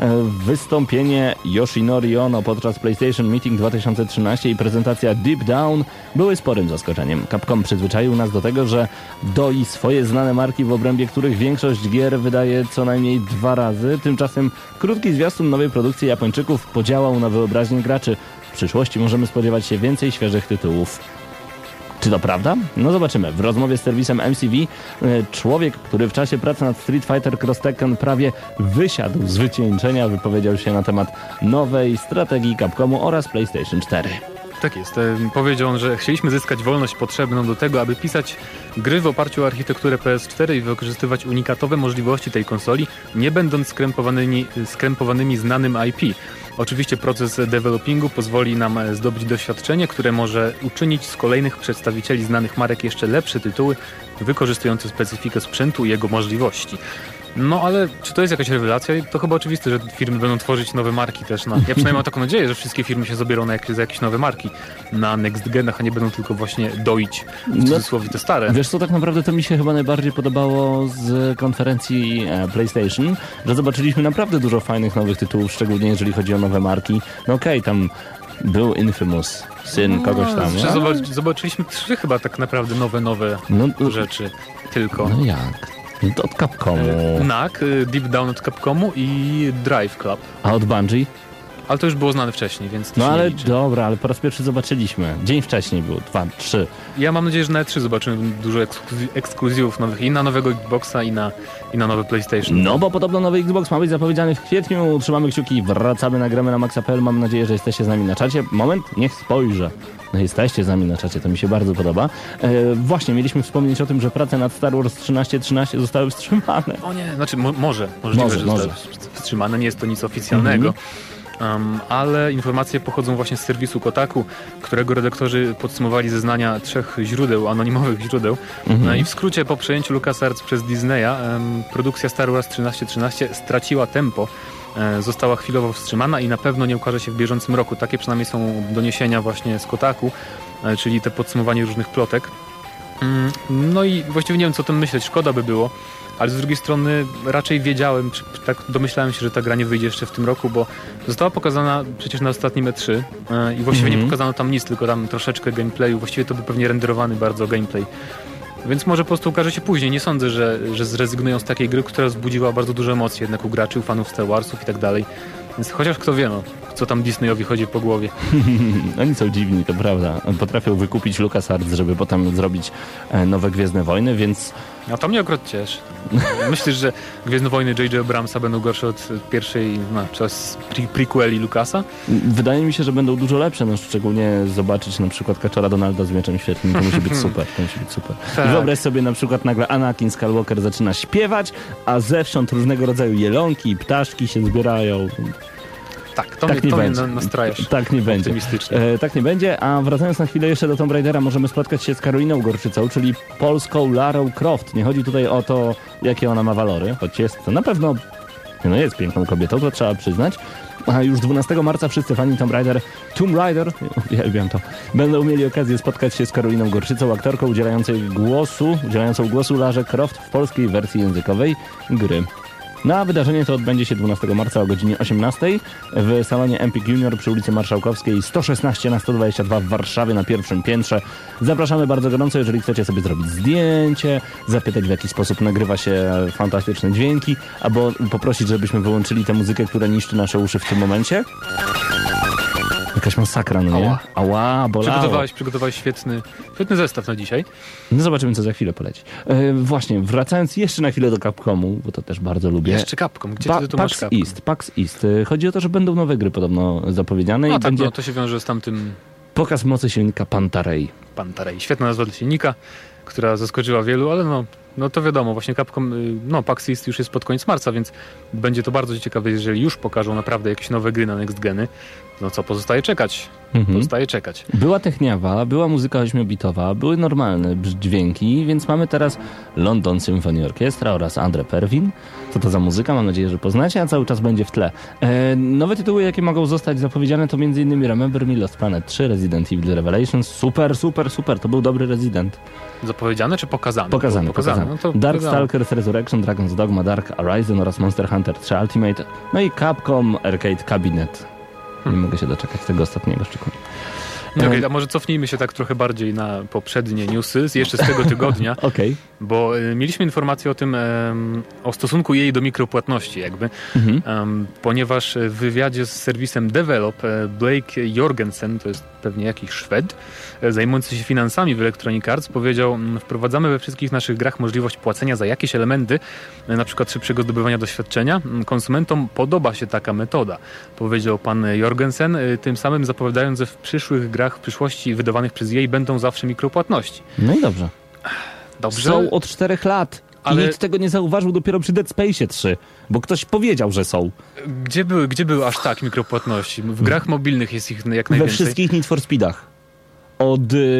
Wystąpienie Yoshinori Ono podczas PlayStation Meeting 2013 i prezentacja Deep Down były sporym zaskoczeniem. Capcom przyzwyczaił nas do tego, że doi swoje znane marki, w obrębie których większość gier wydaje co najmniej 2 razy. Tymczasem krótki zwiastun nowej produkcji Japończyków podziałał na wyobraźnię graczy. W przyszłości możemy spodziewać się więcej świeżych tytułów. Czy to prawda? No zobaczymy. W rozmowie z serwisem MCV człowiek, który w czasie pracy nad Street Fighter Cross Tekken prawie wysiadł z wycieńczenia, wypowiedział się na temat nowej strategii Capcomu oraz PlayStation 4. Tak jest. Powiedział on, że chcieliśmy zyskać wolność potrzebną do tego, aby pisać gry w oparciu o architekturę PS4 i wykorzystywać unikatowe możliwości tej konsoli, nie będąc skrępowanymi znanym IP. Oczywiście proces developingu pozwoli nam zdobyć doświadczenie, które może uczynić z kolejnych przedstawicieli znanych marek jeszcze lepsze tytuły, wykorzystujące specyfikę sprzętu i jego możliwości. No ale czy to jest jakaś rewelacja? To chyba oczywiste, że firmy będą tworzyć nowe marki też. Ja przynajmniej mam taką nadzieję, że wszystkie firmy się zabiorą za jakieś nowe marki na next genach, a nie będą tylko właśnie doić w cudzysłowie te stare. Wiesz co, tak naprawdę to mi się chyba najbardziej podobało z konferencji PlayStation, że zobaczyliśmy naprawdę dużo fajnych nowych tytułów, szczególnie jeżeli chodzi o nowe marki. No okej, tam był Infamous, syn kogoś tam. Zobaczyliśmy 3 chyba tak naprawdę nowe rzeczy tylko. No jak? Od Capcomu. Knack, Deep Down od Capcomu i Drive Club. A od Bungie? Ale to już było znane wcześniej, więc to no ale liczy. Dobra, ale po raz pierwszy zobaczyliśmy. Dzień wcześniej było, 2, 3. Ja mam nadzieję, że na E3 zobaczymy dużo ekskluzywów nowych i na nowego Xboxa i na nowy PlayStation. No bo podobno nowy Xbox ma być zapowiedziany w kwietniu. Trzymamy kciuki, wracamy na gramy na maxa.pl. Mam nadzieję, że jesteście z nami na czacie. Moment, niech spojrzę. No jesteście z nami na czacie, to mi się bardzo podoba. Właśnie, mieliśmy wspomnieć o tym, że prace nad Star Wars 1313 zostały wstrzymane. O nie, znaczy możliwe, że zostały wstrzymane, nie jest to nic oficjalnego. ale informacje pochodzą właśnie z serwisu Kotaku, którego redaktorzy podsumowali zeznania 3 źródeł, anonimowych źródeł. I w skrócie po przejęciu LucasArts przez Disneya produkcja Star Wars 1313 straciła tempo, została chwilowo wstrzymana i na pewno nie ukaże się w bieżącym roku. Takie przynajmniej są doniesienia właśnie z Kotaku, czyli te podsumowanie różnych plotek. No i właściwie nie wiem, co o tym myśleć, szkoda by było, ale z drugiej strony raczej wiedziałem, tak domyślałem się, że ta gra nie wyjdzie jeszcze w tym roku, bo została pokazana przecież na ostatnim E3 i właściwie nie pokazano tam nic, tylko tam troszeczkę gameplayu, właściwie to był pewnie renderowany bardzo gameplay. Więc może po prostu ukaże się później. Nie sądzę, że zrezygnują z takiej gry, która wzbudziła bardzo dużo emocji jednak u graczy, u fanów Star Warsów i tak dalej. Więc chociaż kto wie, co tam Disneyowi chodzi po głowie. Oni są dziwni, to prawda. Potrafią wykupić LucasArts, żeby potem zrobić nowe Gwiezdne Wojny, więc... A to mnie akurat cieszy. Myślisz, że Gwiezdne Wojny J.J. Abramsa będą gorsze od pierwszej prequeli Lucasa? Wydaje mi się, że będą dużo lepsze, szczególnie zobaczyć na przykład Kaczora Donalda z mieczem świetlnym. To musi być super, Tak. I wyobraź sobie na przykład nagle Anakin Skywalker zaczyna śpiewać, a zewsząd różnego rodzaju jelonki i ptaszki się zbierają. Tak, to mnie nastrajasz. Tak nie będzie. Tak nie będzie, a wracając na chwilę jeszcze do Tomb Raidera, możemy spotkać się z Karoliną Gorczycą, czyli polską Larą Croft. Nie chodzi tutaj o to, jakie ona ma walory, choć jest to na pewno, jest piękną kobietą, to trzeba przyznać. A już 12 marca wszyscy fani Tomb Raider, uwielbiam to, będą mieli okazję spotkać się z Karoliną Gorczycą, aktorką udzielającą głosu Larze Croft w polskiej wersji językowej gry. Na wydarzenie to odbędzie się 12 marca o godzinie 18 w salonie Empik Junior przy ulicy Marszałkowskiej 116 na 122 w Warszawie na pierwszym piętrze. Zapraszamy bardzo gorąco, jeżeli chcecie sobie zrobić zdjęcie, zapytać w jaki sposób nagrywa się fantastyczne dźwięki, albo poprosić, żebyśmy wyłączyli tę muzykę, która niszczy nasze uszy w tym momencie. Jakaś masakra, no nie? Ała, bolało. Przygotowałeś świetny zestaw na dzisiaj. No zobaczymy, co za chwilę poleci. Właśnie, wracając jeszcze na chwilę do Capcomu, bo to też bardzo lubię. Jeszcze Capcom. Gdzie ty tu masz Capcom? PAX East. Chodzi o to, że będą nowe gry podobno zapowiedziane. No i tak, będzie to się wiąże z tamtym... Pokaz mocy silnika Pantarei. Świetna nazwa dla silnika, która zaskoczyła wielu, ale no to wiadomo, właśnie Capcom, PAX East już jest pod koniec marca, więc będzie to bardzo ciekawe, jeżeli już pokażą naprawdę jakieś nowe gry na next geny. No co, pozostaje czekać. Była techniawa, była muzyka 8-bitowa, były normalne dźwięki, więc mamy teraz London Symphony Orchestra oraz Andre Pervin. Co to za muzyka? Mam nadzieję, że poznacie, a cały czas będzie w tle. Nowe tytuły, jakie mogą zostać zapowiedziane, to m.in. Remember Me, Lost Planet 3, Resident Evil Revelations. Super. To był dobry Resident. Zapowiedziane czy pokazane? Pokazane. No to Darkstalkers Resurrection, Dragon's Dogma, Dark Horizon oraz Monster Hunter 3 Ultimate. No i Capcom Arcade Cabinet. Nie mogę się doczekać tego ostatniego szczególnie. Okay, a może cofnijmy się tak trochę bardziej na poprzednie newsy, jeszcze z tego tygodnia, bo mieliśmy informację o tym, o stosunku jej do mikropłatności jakby, ponieważ w wywiadzie z serwisem Develop Blake Jorgensen, to jest pewnie jakiś Szwed, zajmujący się finansami w Electronic Arts, powiedział: wprowadzamy we wszystkich naszych grach możliwość płacenia za jakieś elementy, na przykład szybszego zdobywania doświadczenia. Konsumentom podoba się taka metoda, powiedział pan Jorgensen, tym samym zapowiadając, że w przyszłych grach w przyszłości wydawanych przez jej będą zawsze mikropłatności. No i dobrze. Są od 4 lat. Ale nikt tego nie zauważył dopiero przy Dead Space 3, bo ktoś powiedział, że są. Gdzie były aż tak mikropłatności? W grach mobilnych jest ich jak najwięcej. We wszystkich Need for Speedach. Od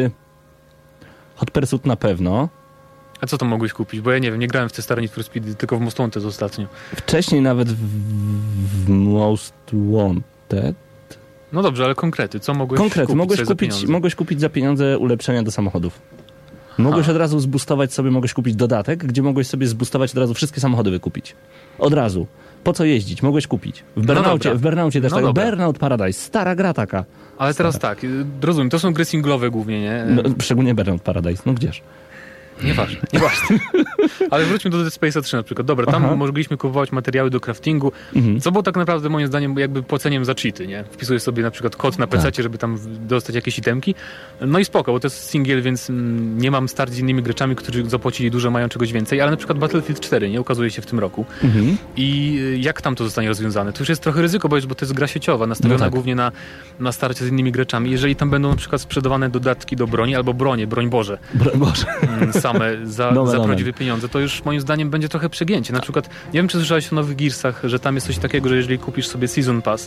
Hot Pursuit na pewno. A co to mogłeś kupić? Bo ja nie wiem, nie grałem w te stare Need for Speedy, tylko w Most Wanted ostatnio. Wcześniej nawet w Most Wanted. No dobrze, ale konkrety. Co mogłeś kupić? Mogłeś kupić za pieniądze ulepszenia do samochodów. Mogłeś od razu zboostować sobie, mogłeś kupić dodatek, gdzie mogłeś sobie zboostować od razu wszystkie samochody wykupić. Od razu. Po co jeździć? Mogłeś kupić. W Burnoutie też tak. Burnout Paradise. Stara gra taka. Ale teraz tak, rozumiem, to są gry singlowe głównie, nie? Szczególnie Burnout Paradise. No gdzież? Nieważne. Ale wróćmy do Dead Space'a 3 na przykład. Dobra, tam mogliśmy kupować materiały do craftingu, co było tak naprawdę moim zdaniem jakby płaceniem za cheaty, nie? Wpisujesz sobie na przykład kod na PC-cie, żeby tam dostać jakieś itemki. No i spoko, bo to jest singiel, więc nie mam start z innymi graczami, którzy zapłacili dużo, mają czegoś więcej, ale na przykład Battlefield 4 nie ukazuje się w tym roku. I jak tam to zostanie rozwiązane? To już jest trochę ryzyko, bo to jest gra sieciowa, nastawiona głównie na starcie z innymi graczami. Jeżeli tam będą na przykład sprzedawane dodatki do broni, albo broń Boże. same za prawdziwe pieniądze, to już moim zdaniem będzie trochę przegięcie. Na przykład, nie wiem, czy słyszałeś o nowych Gearsach, że tam jest coś takiego, że jeżeli kupisz sobie Season Pass,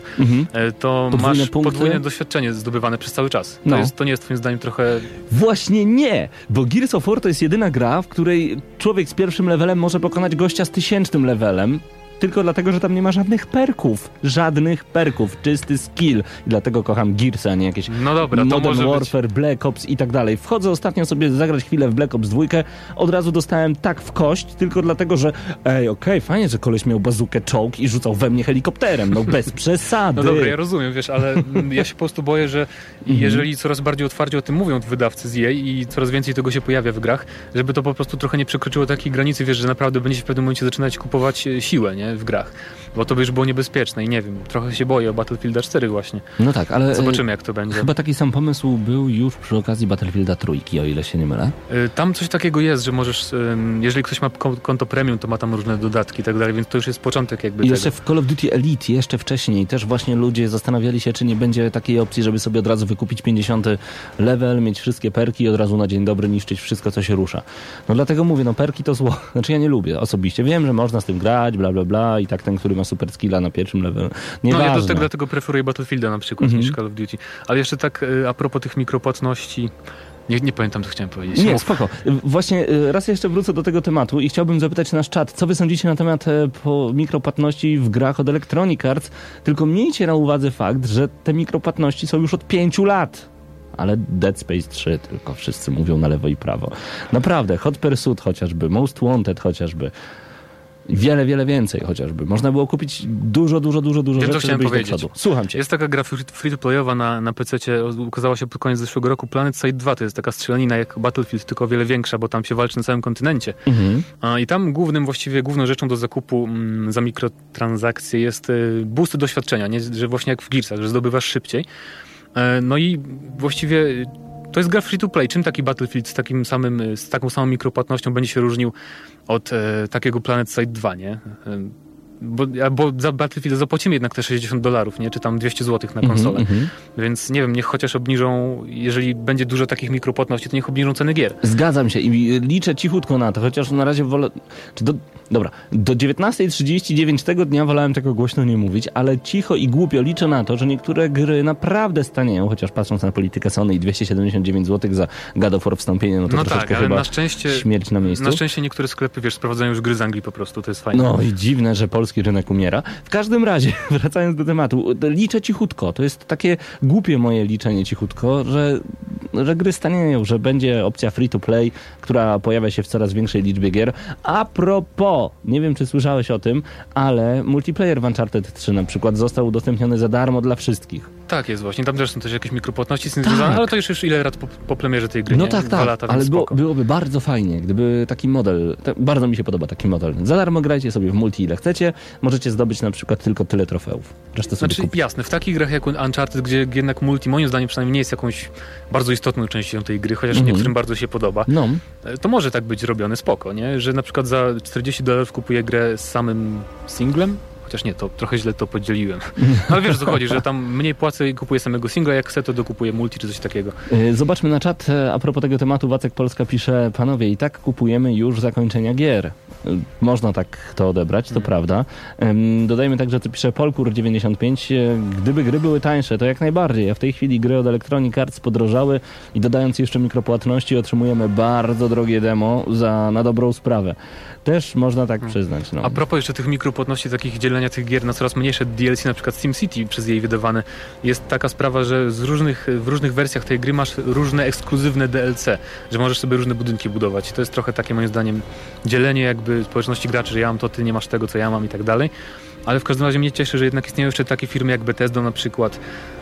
to masz podwójne doświadczenie zdobywane przez cały czas. To nie jest twoim zdaniem trochę... Właśnie nie, bo Gears of War to jest jedyna gra, w której człowiek z pierwszym levelem może pokonać gościa z 1000 levelem, tylko dlatego, że tam nie ma żadnych perków. Żadnych perków. Czysty skill. I dlatego kocham Gears'a, a nie jakieś Modern Warfare, Black Ops i tak dalej. Wchodzę ostatnio sobie zagrać chwilę w Black Ops 2. Od razu dostałem tak w kość, tylko dlatego, że fajnie, że koleś miał bazukę, czołg i rzucał we mnie helikopterem. No bez przesady. No dobra, ja rozumiem, wiesz, ale ja się po prostu boję, że jeżeli coraz bardziej otwarcie o tym mówią wydawcy z EA i coraz więcej tego się pojawia w grach, żeby to po prostu trochę nie przekroczyło takiej granicy, wiesz, że naprawdę będzie się w pewnym momencie zaczynać kupować siłę, nie? W grach, bo to by już było niebezpieczne i nie wiem, trochę się boję o Battlefielda 4 właśnie. No tak, ale... Zobaczymy, jak to będzie. Chyba taki sam pomysł był już przy okazji Battlefielda 3, o ile się nie mylę. Tam coś takiego jest, że możesz, jeżeli ktoś ma konto premium, to ma tam różne dodatki i tak dalej, więc to już jest początek jakby I jeszcze w Call of Duty Elite, jeszcze wcześniej, też właśnie ludzie zastanawiali się, czy nie będzie takiej opcji, żeby sobie od razu wykupić 50 level, mieć wszystkie perki i od razu na dzień dobry niszczyć wszystko, co się rusza. No dlatego mówię, perki to zło. Znaczy ja nie lubię osobiście. Wiem, że można z tym grać, bla, bla, bla, i tak ten, który ma super skilla na pierwszym levelu. Ja dlatego preferuję Battlefielda na przykład niż Call of Duty. Ale jeszcze tak a propos tych mikropłatności, nie pamiętam, co chciałem powiedzieć. Nie, spoko. Właśnie raz jeszcze wrócę do tego tematu i chciałbym zapytać nasz czat, co wy sądzicie na temat mikropłatności w grach od Electronic Arts, tylko miejcie na uwadze fakt, że te mikropłatności są już od 5 lat. Ale Dead Space 3 tylko wszyscy mówią na lewo i prawo. Naprawdę, Hot Pursuit chociażby, Most Wanted chociażby, wiele, wiele więcej chociażby. Można było kupić dużo rzeczy, żeby iść do przodu. Słucham cię. Jest taka gra free-to-playowa na PC-cie, ukazała się pod koniec zeszłego roku, Planetside 2, to jest taka strzelanina jak Battlefield, tylko o wiele większa, bo tam się walczy na całym kontynencie. I tam główną rzeczą do zakupu za mikrotransakcje jest boost doświadczenia, nie? Że właśnie jak w Gearsach, że zdobywasz szybciej. No i właściwie to jest gra free-to-play. Czym taki Battlefield z taką samą mikropłatnością będzie się różnił od takiego Planetside 2, nie? Bo za Battlefield zapłacimy jednak te $60, nie? Czy tam $200 na konsolę. Więc nie wiem, niech chociaż obniżą, jeżeli będzie dużo takich mikropłatności, to niech obniżą ceny gier. Zgadzam się i liczę cichutko na to, chociaż na razie wolę... do 19:39 tego dnia wolałem tego głośno nie mówić, ale cicho i głupio liczę na to, że niektóre gry naprawdę stanieją, chociaż patrząc na politykę Sony i $279 za God of War wstąpienie, to troszeczkę ale chyba na szczęście, śmierć na miejscu. Na szczęście niektóre sklepy, sprowadzają już gry z Anglii po prostu, to jest fajne. No i dziwne, że polski rynek umiera. W każdym razie, wracając do tematu, liczę cichutko. To jest takie głupie moje liczenie cichutko, że gry stanieją, że będzie opcja free to play, która pojawia się w coraz większej liczbie gier. A propos, nie wiem, czy słyszałeś o tym, ale multiplayer w Uncharted 3 na przykład został udostępniony za darmo dla wszystkich. Tak jest właśnie, tam też są jakieś mikropłatności z tym związane, ale to już ile lat po premierze tej gry, no nie? tak, 2 lata, ale byłoby bardzo fajnie, gdyby taki model, bardzo mi się podoba taki model. Za darmo grajcie sobie w multi ile chcecie, możecie zdobyć na przykład tylko tyle trofeów. Resztę sobie kupić. Jasne, w takich grach jak Uncharted, gdzie jednak multi, moim zdaniem przynajmniej nie jest jakąś bardzo istotną częścią tej gry, chociaż niektórym bardzo się podoba, to może tak być robione spoko, nie? Że na przykład za $40 kupuję grę z samym singlem, chociaż nie, to trochę źle to podzieliłem. Ale wiesz, o co chodzi, że tam mniej płacę i kupuję samego singla, jak chcę, to dokupuję multi czy coś takiego. Zobaczmy na czat. A propos tego tematu, Wacek Polska pisze, panowie, i tak kupujemy już zakończenia gier. Można tak to odebrać, to prawda. Dodajmy także, co pisze Polkur95. Gdyby gry były tańsze, to jak najbardziej. A w tej chwili gry od Electronic Arts podrożały i dodając jeszcze mikropłatności otrzymujemy bardzo drogie demo na dobrą sprawę. Też można tak przyznać. No. A propos jeszcze tych mikropłatności, takich dzielenia tych gier na coraz mniejsze DLC, na przykład SimCity przez jej wydawane, jest taka sprawa, że w różnych wersjach tej gry masz różne ekskluzywne DLC, że możesz sobie różne budynki budować. To jest trochę takie, moim zdaniem, dzielenie jakby społeczności graczy, że ja mam to, ty nie masz tego, co ja mam i tak dalej. Ale w każdym razie mnie cieszy, że jednak istnieją jeszcze takie firmy jak Bethesda na przykład.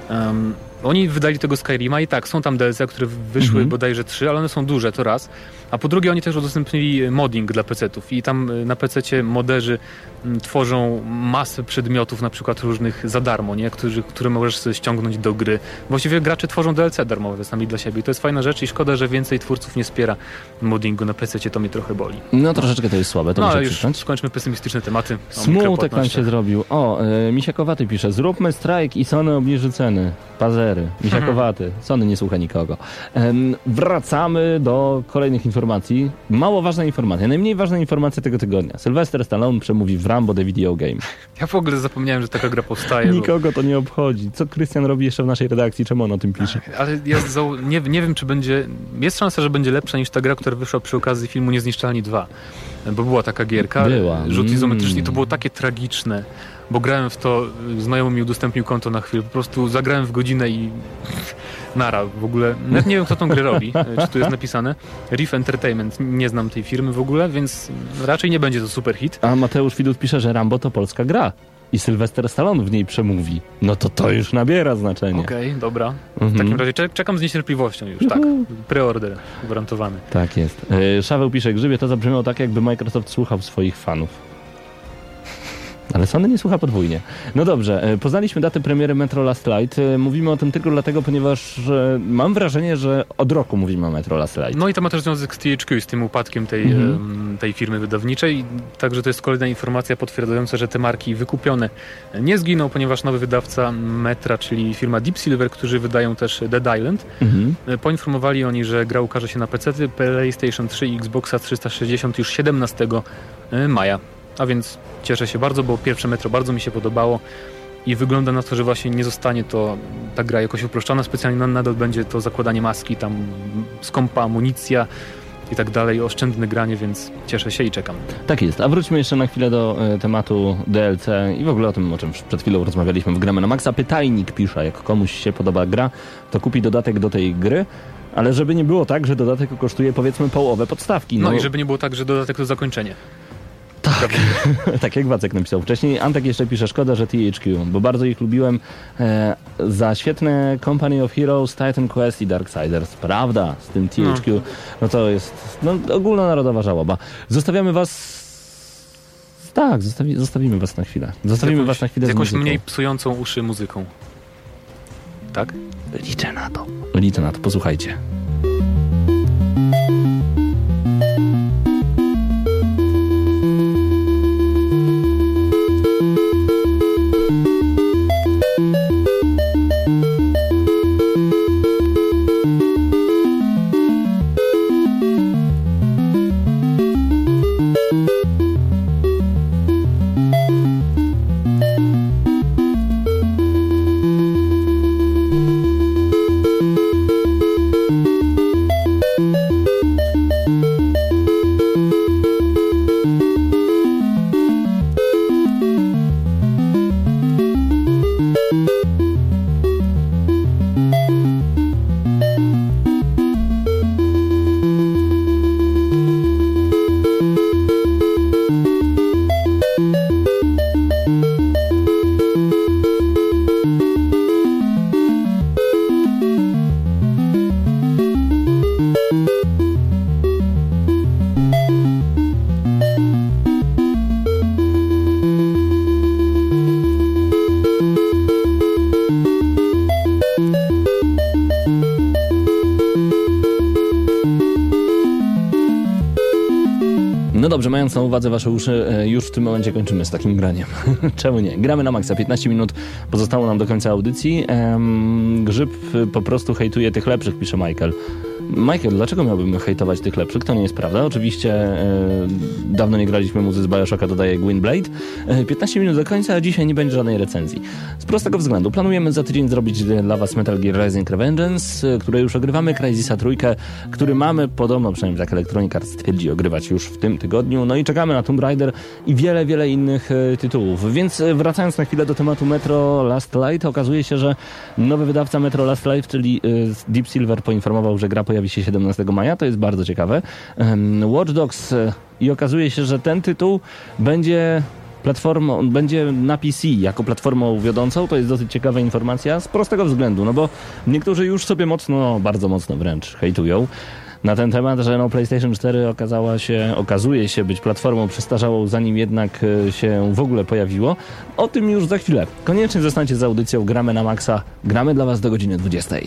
Oni wydali tego Skyrima i tak, są tam DLC, które wyszły bodajże 3, ale one są duże, to raz. A po drugie oni też udostępnili modding dla PC-ów i tam na PC-cie moderzy tworzą masę przedmiotów na przykład różnych za darmo, nie? Które możesz sobie ściągnąć do gry. Właściwie gracze tworzą DLC darmowe sami dla siebie i to jest fajna rzecz i szkoda, że więcej twórców nie wspiera moddingu na PC-cie, to mnie trochę boli. No troszeczkę to jest słabe, to muszę przyznać. Skończmy pesymistyczne tematy. Smutek nam się zrobił. Misiakowaty pisze, zróbmy strajk i Sony obniży ceny. Cwany, pazery, misiakowaty. Sony nie słucha nikogo. Wracamy do kolejnych informacji. Mało ważna informacja, najmniej ważna informacja tego tygodnia. Sylvester Stallone przemówi w Rambo The Video Game. Ja w ogóle zapomniałem, że taka gra powstaje. Nikogo to nie obchodzi. Co Krystian robi jeszcze w naszej redakcji? Czemu on o tym pisze? Ale ja nie wiem, czy będzie... Jest szansa, że będzie lepsza niż ta gra, która wyszła przy okazji filmu Niezniszczalni 2. Bo była taka gierka. Była. Rzut izometryczny. To było takie tragiczne. Bo grałem w to, znajomy mi udostępnił konto na chwilę. Po prostu zagrałem w godzinę i nara w ogóle. Nawet nie wiem, kto tą grę robi. Czy tu jest napisane. Reef Entertainment. Nie znam tej firmy w ogóle, więc raczej nie będzie to super hit. A Mateusz Widut pisze, że Rambo to polska gra. I Sylvester Stallone w niej przemówi. No to już nabiera znaczenia. Okej, dobra. W takim razie czekam z niecierpliwością już, tak. Preorder gwarantowany. Tak jest. Szaweł pisze, Grzybie, to zabrzmiało tak, jakby Microsoft słuchał swoich fanów. Ale Sony nie słucha podwójnie. No dobrze, poznaliśmy datę premiery Metro Last Light. Mówimy o tym tylko dlatego, ponieważ mam wrażenie, że od roku mówimy o Metro Last Light. No i to ma też związek z THQ, z tym upadkiem tej firmy wydawniczej. Także to jest kolejna informacja potwierdzająca, że te marki wykupione nie zginą, ponieważ nowy wydawca Metra, czyli firma Deep Silver, którzy wydają też Dead Island, poinformowali oni, że gra ukaże się na PC, PlayStation 3 i Xboxa 360 już 17 maja. A więc cieszę się bardzo, bo pierwsze Metro bardzo mi się podobało i wygląda na to, że właśnie nie zostanie ta gra jakoś uproszczona specjalnie, nadal będzie to zakładanie maski, tam skąpa amunicja i tak dalej, oszczędne granie, więc cieszę się i czekam. Tak jest, a wróćmy jeszcze na chwilę do tematu DLC i w ogóle o tym, o czym przed chwilą rozmawialiśmy w Gramy na Maxa. Pytajnik pisze, jak komuś się podoba gra, to kupi dodatek do tej gry. Ale żeby nie było tak, że dodatek kosztuje powiedzmy połowę podstawki. No i żeby nie było tak, że dodatek to zakończenie. Tak, tak jak Wacek napisał wcześniej. Antek jeszcze pisze, szkoda, że THQ, bo bardzo ich lubiłem za świetne Company of Heroes, Titan Quest i Darksiders. Prawda, z tym THQ, no to jest ogólnonarodowa żałoba. Zostawiamy was... Tak, zostawimy was na chwilę. Zostawimy was na chwilę z jakąś muzyką. mniej psującą uszy muzyką. Tak? Liczę na to. Liczę na to, posłuchajcie. No dobrze, mając na uwadze wasze uszy, już w tym momencie kończymy z takim graniem. Czemu nie? Gramy na maksa, 15 minut pozostało nam do końca audycji. Grzyb po prostu hejtuje tych lepszych, pisze Michael. Michael, dlaczego miałbym hejtować tych lepszych? To nie jest prawda. Oczywiście dawno nie graliśmy muzy z Bioshocka, dodaje Gwynblade. 15 minut do końca, a dzisiaj nie będzie żadnej recenzji. Z prostego względu. Planujemy za tydzień zrobić dla was Metal Gear Rising Revengeance, które już ogrywamy, Crysisa trójkę, który mamy podobno, przynajmniej tak Electronic Arts twierdzi, ogrywać już w tym tygodniu. No i czekamy na Tomb Raider i wiele, wiele innych tytułów. Więc wracając na chwilę do tematu Metro Last Light, okazuje się, że nowy wydawca Metro Last Light, czyli Deep Silver, poinformował, że gra pojawi się 17 maja. To jest bardzo ciekawe. Watch Dogs i okazuje się, że ten tytuł będzie na PC jako platformą wiodącą. To jest dosyć ciekawa informacja z prostego względu, no bo niektórzy już sobie bardzo mocno wręcz hejtują na ten temat, że PlayStation 4 okazuje się być platformą przestarzałą, zanim jednak się w ogóle pojawiło. O tym już za chwilę. Koniecznie zostańcie z audycją Gramy na Maxa. Gramy dla was do godziny 20.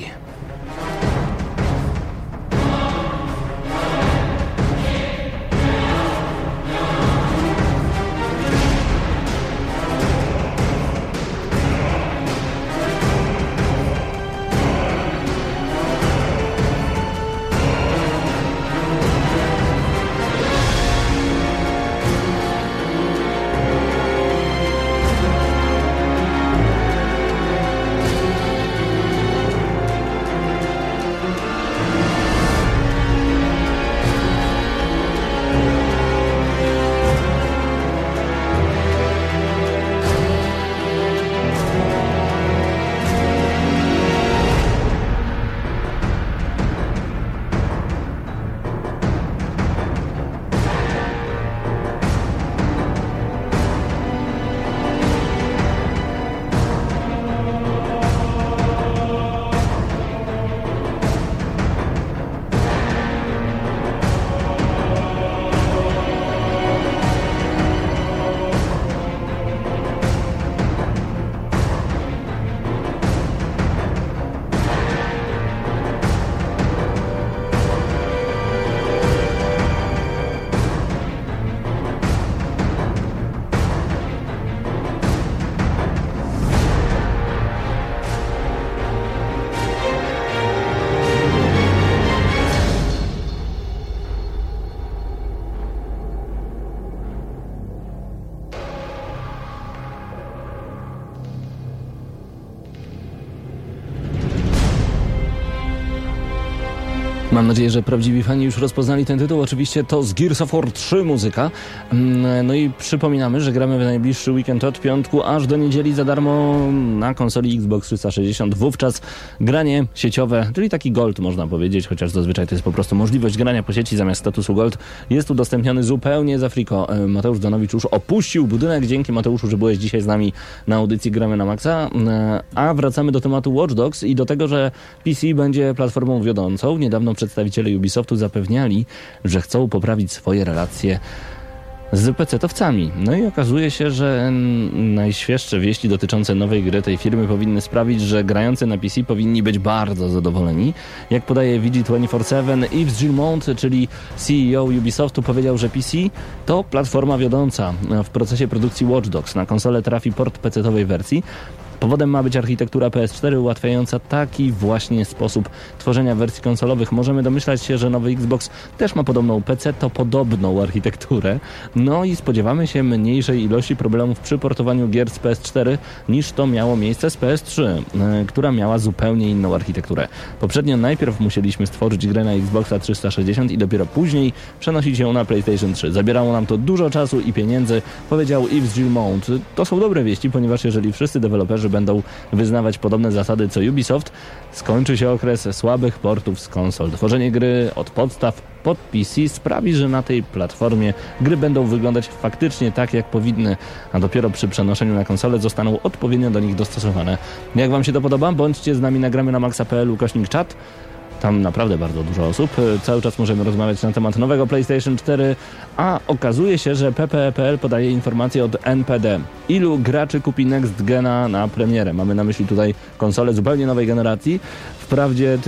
Mam nadzieję, że prawdziwi fani już rozpoznali ten tytuł. Oczywiście to z Gears of War 3 muzyka. No i przypominamy, że gramy w najbliższy weekend od piątku aż do niedzieli za darmo na konsoli Xbox 360. Wówczas granie sieciowe, czyli taki gold można powiedzieć, chociaż zazwyczaj to jest po prostu możliwość grania po sieci zamiast statusu gold, jest udostępniony zupełnie za friko. Mateusz Danowicz już opuścił budynek. Dzięki, Mateuszu, że byłeś dzisiaj z nami na audycji Gramy na Maxa. A wracamy do tematu Watch Dogs i do tego, że PC będzie platformą wiodącą. Niedawno przedstawiciele Ubisoftu zapewniali, że chcą poprawić swoje relacje z PC-towcami. No i okazuje się, że najświeższe wieści dotyczące nowej gry tej firmy powinny sprawić, że grający na PC powinni być bardzo zadowoleni. Jak podaje VG247, Yves Guillemot, czyli CEO Ubisoftu, powiedział, że PC to platforma wiodąca w procesie produkcji Watch Dogs. Na konsolę trafi port PC-towej wersji. Powodem ma być architektura PS4 ułatwiająca taki właśnie sposób tworzenia wersji konsolowych. Możemy domyślać się, że nowy Xbox też ma podobną podobną architekturę. No i spodziewamy się mniejszej ilości problemów przy portowaniu gier z PS4 niż to miało miejsce z PS3, która miała zupełnie inną architekturę. Poprzednio najpierw musieliśmy stworzyć grę na Xboxa 360 i dopiero później przenosić ją na PlayStation 3. Zabierało nam to dużo czasu i pieniędzy, powiedział Yves Guillemot. To są dobre wieści, ponieważ jeżeli wszyscy deweloperzy będą wyznawać podobne zasady co Ubisoft, skończy się okres słabych portów z konsol. Tworzenie gry od podstaw pod PC sprawi, że na tej platformie gry będą wyglądać faktycznie tak, jak powinny, a dopiero przy przenoszeniu na konsolę zostaną odpowiednio do nich dostosowane. Jak wam się to podoba? Bądźcie z nami na gramy na maxa.pl/czat. Tam naprawdę bardzo dużo osób. Cały czas możemy rozmawiać na temat nowego PlayStation 4, a okazuje się, że PPE.pl podaje informacje od NPD. Ilu graczy kupi Next Gena na premierę? Mamy na myśli tutaj konsolę zupełnie nowej generacji. Wprawdzie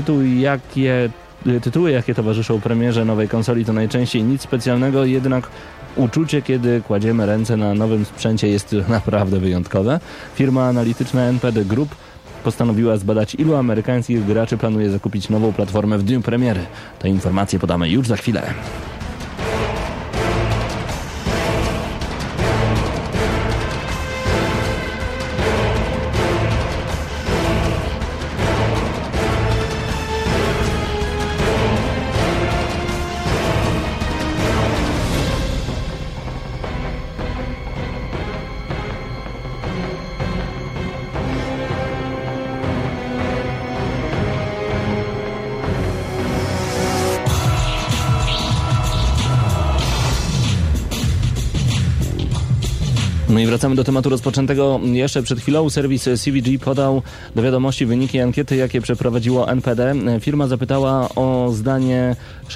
tytuły, jakie towarzyszą premierze nowej konsoli, to najczęściej nic specjalnego, jednak uczucie, kiedy kładziemy ręce na nowym sprzęcie, jest naprawdę wyjątkowe. Firma analityczna NPD Group postanowiła zbadać, ilu amerykańskich graczy planuje zakupić nową platformę w dniu premiery. Te informacje podamy już za chwilę. No i wracamy do tematu rozpoczętego jeszcze przed chwilą. Serwis CVG podał do wiadomości wyniki ankiety, jakie przeprowadziło NPD. Firma zapytała o zdanie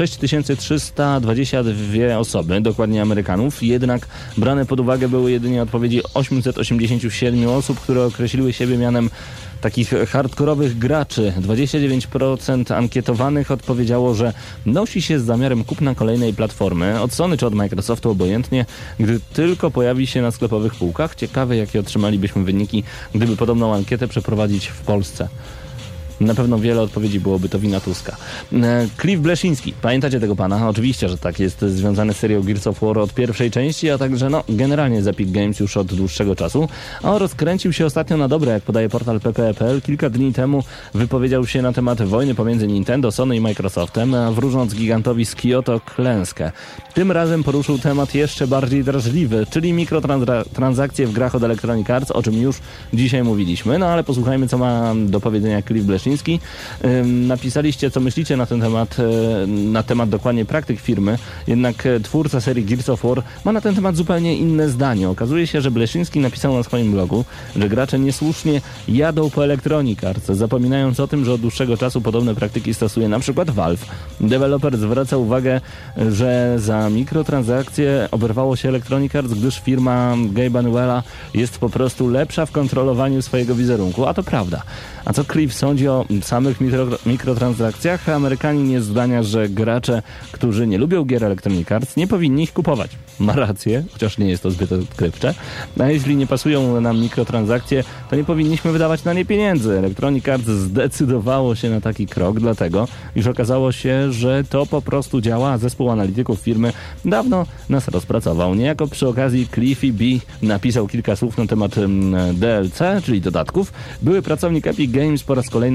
6322 osoby, dokładnie Amerykanów. Jednak brane pod uwagę były jedynie odpowiedzi 887 osób, które określiły siebie mianem takich hardkorowych graczy. 29% ankietowanych odpowiedziało, że nosi się z zamiarem kupna kolejnej platformy, od Sony czy od Microsoftu, obojętnie, gdy tylko pojawi się na sklepowych półkach. Ciekawe, jakie otrzymalibyśmy wyniki, gdyby podobną ankietę przeprowadzić w Polsce. Na pewno wiele odpowiedzi byłoby to wina Tuska. Cliff Bleszyński, pamiętacie tego pana? Oczywiście, że tak, jest związany z serią Gears of War od pierwszej części, a także generalnie z Epic Games już od dłuższego czasu. A rozkręcił się ostatnio na dobre, jak podaje portal PPE.pl. Kilka dni temu wypowiedział się na temat wojny pomiędzy Nintendo, Sony i Microsoftem, wróżąc gigantowi z Kyoto klęskę. Tym razem poruszył temat jeszcze bardziej drażliwy, czyli mikrotransakcje w grach od Electronic Arts, o czym już dzisiaj mówiliśmy. No ale posłuchajmy, co ma do powiedzenia Cliff Bleszyński. Napisaliście, co myślicie na temat dokładnie praktyk firmy, jednak twórca serii Gears of War ma na ten temat zupełnie inne zdanie. Okazuje się, że Bleszyński napisał na swoim blogu, że gracze niesłusznie jadą po Electronic Arts, zapominając o tym, że od dłuższego czasu podobne praktyki stosuje na przykład Valve. Deweloper zwraca uwagę, że za mikrotransakcje oberwało się Electronic Arts, gdyż firma Gabe'a Newella jest po prostu lepsza w kontrolowaniu swojego wizerunku, a to prawda. A co Cliff sądzi o samych mikrotransakcjach? Amerykanin jest zdania, że gracze, którzy nie lubią gier Electronic Arts, nie powinni ich kupować. Ma rację, chociaż nie jest to zbyt odkrywcze. A jeśli nie pasują nam mikrotransakcje, to nie powinniśmy wydawać na nie pieniędzy. Electronic Arts zdecydowało się na taki krok, dlatego iż okazało się, że to po prostu działa, a zespół analityków firmy dawno nas rozpracował. Niejako przy okazji Cliffy B napisał kilka słów na temat DLC, czyli dodatków. Były pracownik Epic Games po raz kolejny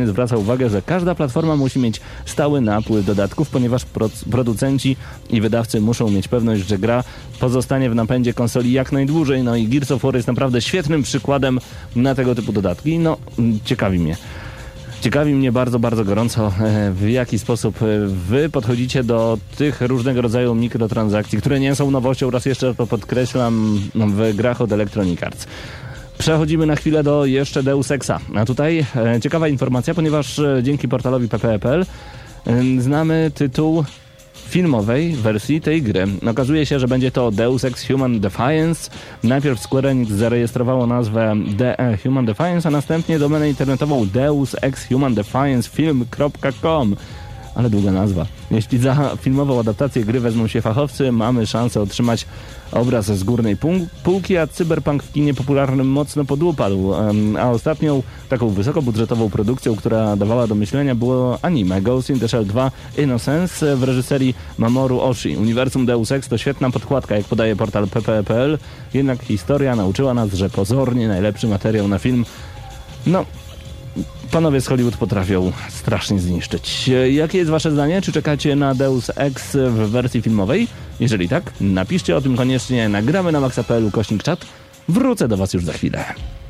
zwraca uwagę, że każda platforma musi mieć stały napływ dodatków, ponieważ producenci i wydawcy muszą mieć pewność, że gra pozostanie w napędzie konsoli jak najdłużej. No i Gears of War jest naprawdę świetnym przykładem na tego typu dodatki. No, Ciekawi mnie bardzo, bardzo gorąco, w jaki sposób wy podchodzicie do tych różnego rodzaju mikrotransakcji, które nie są nowością, raz jeszcze to podkreślam, w grach od Electronic Arts. Przechodzimy na chwilę do jeszcze Deus Exa. A tutaj ciekawa informacja, ponieważ dzięki portalowi ppe.pl znamy tytuł filmowej wersji tej gry. Okazuje się, że będzie to Deus Ex Human Defiance. Najpierw Square Enix zarejestrowało nazwę DE Human Defiance, a następnie domenę internetową Deus Ex Human Defiance film.com. Ale długa nazwa. Jeśli za filmową adaptację gry wezmą się fachowcy, mamy szansę otrzymać obraz z górnej półki, a cyberpunk w kinie popularnym mocno podupadł. A ostatnią taką wysokobudżetową produkcją, która dawała do myślenia, było anime Ghost in the Shell 2 Innocence w reżyserii Mamoru Oshii. Uniwersum Deus Ex to świetna podkładka, jak podaje portal ppe.pl, jednak historia nauczyła nas, że pozornie najlepszy materiał na film, panowie z Hollywood potrafią strasznie zniszczyć. Jakie jest wasze zdanie? Czy czekacie na Deus Ex w wersji filmowej? Jeżeli tak, napiszcie o tym koniecznie na gramy na maxa.pl/czat. Wrócę do was już za chwilę.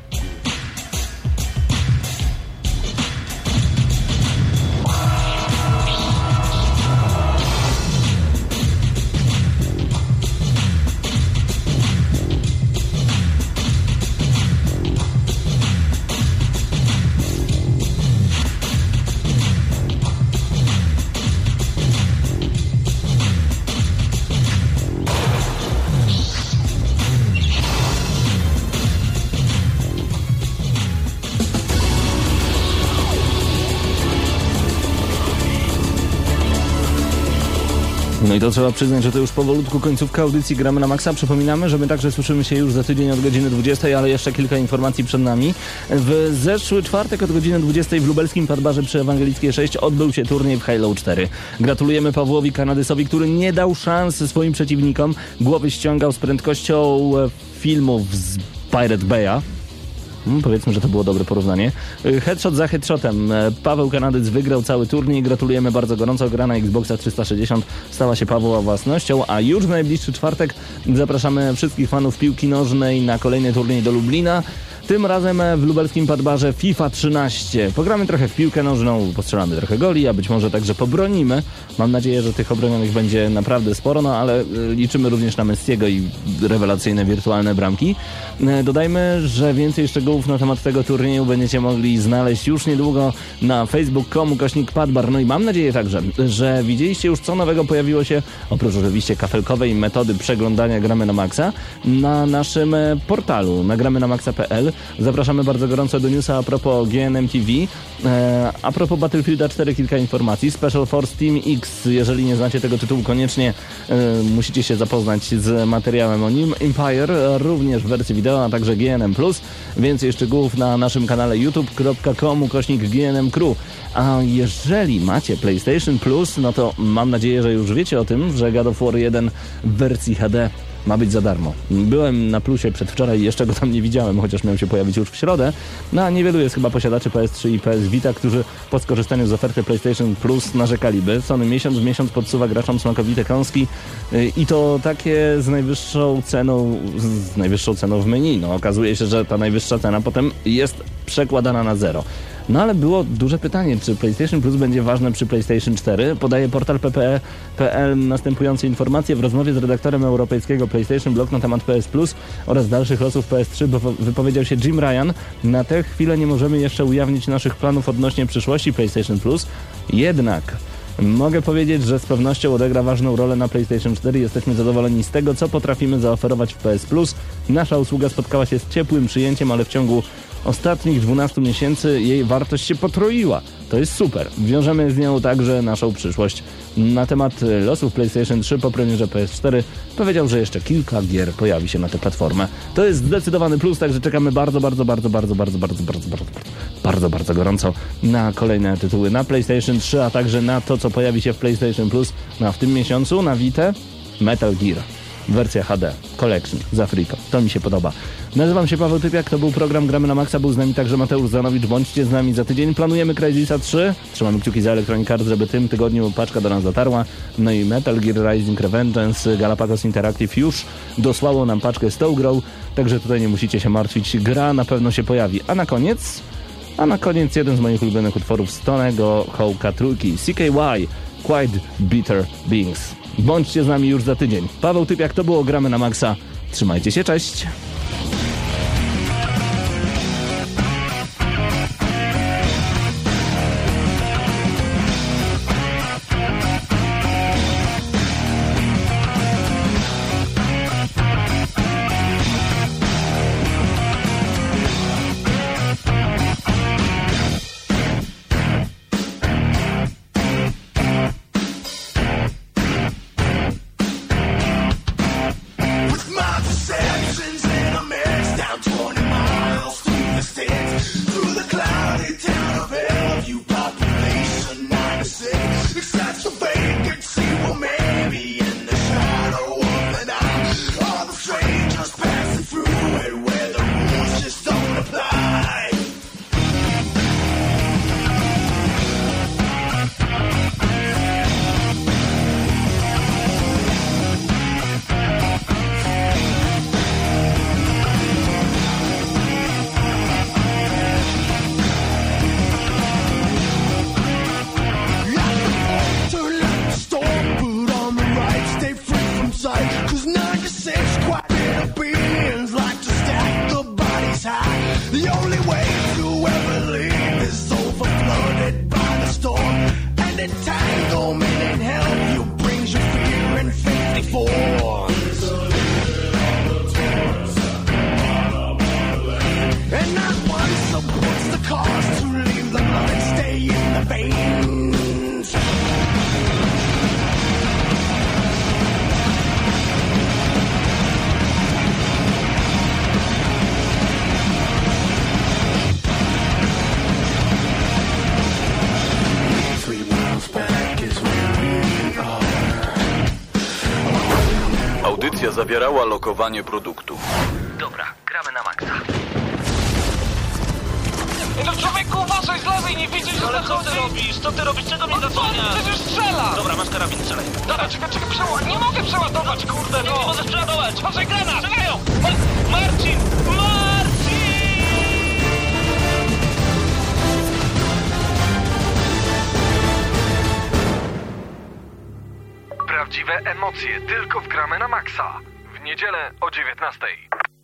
No i to trzeba przyznać, że to już powolutku końcówka audycji Gramy na Maxa. Przypominamy, że my także słyszymy się już za tydzień od godziny 20, ale jeszcze kilka informacji przed nami. W zeszły czwartek od godziny 20 w lubelskim Padbarze przy Ewangelickiej 6 odbył się turniej w Halo 4. Gratulujemy Pawłowi Kanadysowi, który nie dał szans swoim przeciwnikom. Głowy ściągał z prędkością filmów z Pirate Bay'a. Powiedzmy, że to było dobre porównanie. Headshot za headshotem. Paweł Kanadyc wygrał cały turniej. Gratulujemy bardzo gorąco. Gra na Xboxa 360 stała się Pawła własnością, a już w najbliższy czwartek zapraszamy wszystkich fanów piłki nożnej na kolejny turniej do Lublina. Tym razem w lubelskim Padbarze FIFA 13. Pogramy trochę w piłkę nożną, postrzelamy trochę goli, a być może także pobronimy. Mam nadzieję, że tych obronionych będzie naprawdę sporo, ale liczymy również na Messiego i rewelacyjne wirtualne bramki. Dodajmy, że więcej szczegółów na temat tego turnieju będziecie mogli znaleźć już niedługo na facebook.com/Padbar. No i mam nadzieję także, że widzieliście już, co nowego pojawiło się, oprócz oczywiście kafelkowej metody przeglądania Gramy na Maxa, na naszym portalu na gramynamaxa.pl. Zapraszamy bardzo gorąco do newsa a propos GNM TV. A propos Battlefielda 4 kilka informacji. Special Force Team X, jeżeli nie znacie tego tytułu, koniecznie musicie się zapoznać z materiałem o nim. Empire również w wersji wideo, a także GNM+. Więcej szczegółów na naszym kanale youtube.com/GNM Crew. A jeżeli macie PlayStation Plus, no to mam nadzieję, że już wiecie o tym, że God of War 1 w wersji HD ma być za darmo. Byłem na Plusie przedwczoraj i jeszcze go tam nie widziałem, chociaż miał się pojawić już w środę. No a niewielu jest chyba posiadaczy PS3 i PS Vita, którzy po skorzystaniu z oferty PlayStation Plus narzekaliby. Sony miesiąc w miesiąc podsuwa graczom smakowite kąski i to takie z najwyższą ceną w menu. No okazuje się, że ta najwyższa cena potem jest przekładana na zero. No ale było duże pytanie, czy PlayStation Plus będzie ważne przy PlayStation 4? Podaje portal ppe.pl następujące informacje. W rozmowie z redaktorem europejskiego PlayStation Blog na temat PS Plus oraz dalszych losów PS3 wypowiedział się Jim Ryan. Na tę chwilę nie możemy jeszcze ujawnić naszych planów odnośnie przyszłości PlayStation Plus. Jednak mogę powiedzieć, że z pewnością odegra ważną rolę na PlayStation 4. Jesteśmy zadowoleni z tego, co potrafimy zaoferować w PS Plus. Nasza usługa spotkała się z ciepłym przyjęciem, ale w ciągu ostatnich 12 miesięcy jej wartość się potroiła. To jest super. Wiążemy z nią także naszą przyszłość. Na temat losów PlayStation 3 po premierze PS4 powiedział, że jeszcze kilka gier pojawi się na tę platformę. To jest zdecydowany plus, także czekamy bardzo gorąco na kolejne tytuły na PlayStation 3, a także na to, co pojawi się w PlayStation Plus. A w tym miesiącu na Vita Metal Gear. Wersja HD, Collection z Afriką. To mi się podoba. Nazywam się Paweł Typiak, to był program Gramy na Maxa, był z nami także Mateusz Zanowicz. Bądźcie z nami za tydzień. Planujemy Crysisa 3. Trzymamy kciuki za Electronic Arts, żeby tym tygodniu paczka do nas dotarła. No i Metal Gear Rising Revengeance, Galapagos Interactive już dosłało nam paczkę z Toe Grow, także tutaj nie musicie się martwić. Gra na pewno się pojawi. A na koniec jeden z moich ulubionych utworów Stonego Hołka trójki, CKY, Quite Bitter Beings. Bądźcie z nami już za tydzień. Paweł Typiak, to było Gramy na Maxa. Trzymajcie się, cześć! Audycja zawierała lokowanie produktu. Dobra, gramy na maksa. No człowieku, uważaj z lewej, nie widzisz, że Ale co ty robisz? Co ty robisz? Czego mnie zasłaniasz? Przecież strzela! Dobra, masz karabin, strzelaj. Dobra, czekaj, nie mogę przeładować, kurde, Nie no! możesz przeładować! Uważaj, granat! Strzelają! Marcin! Prawdziwe emocje tylko w Gramy na Maxa. W niedzielę o 19:00.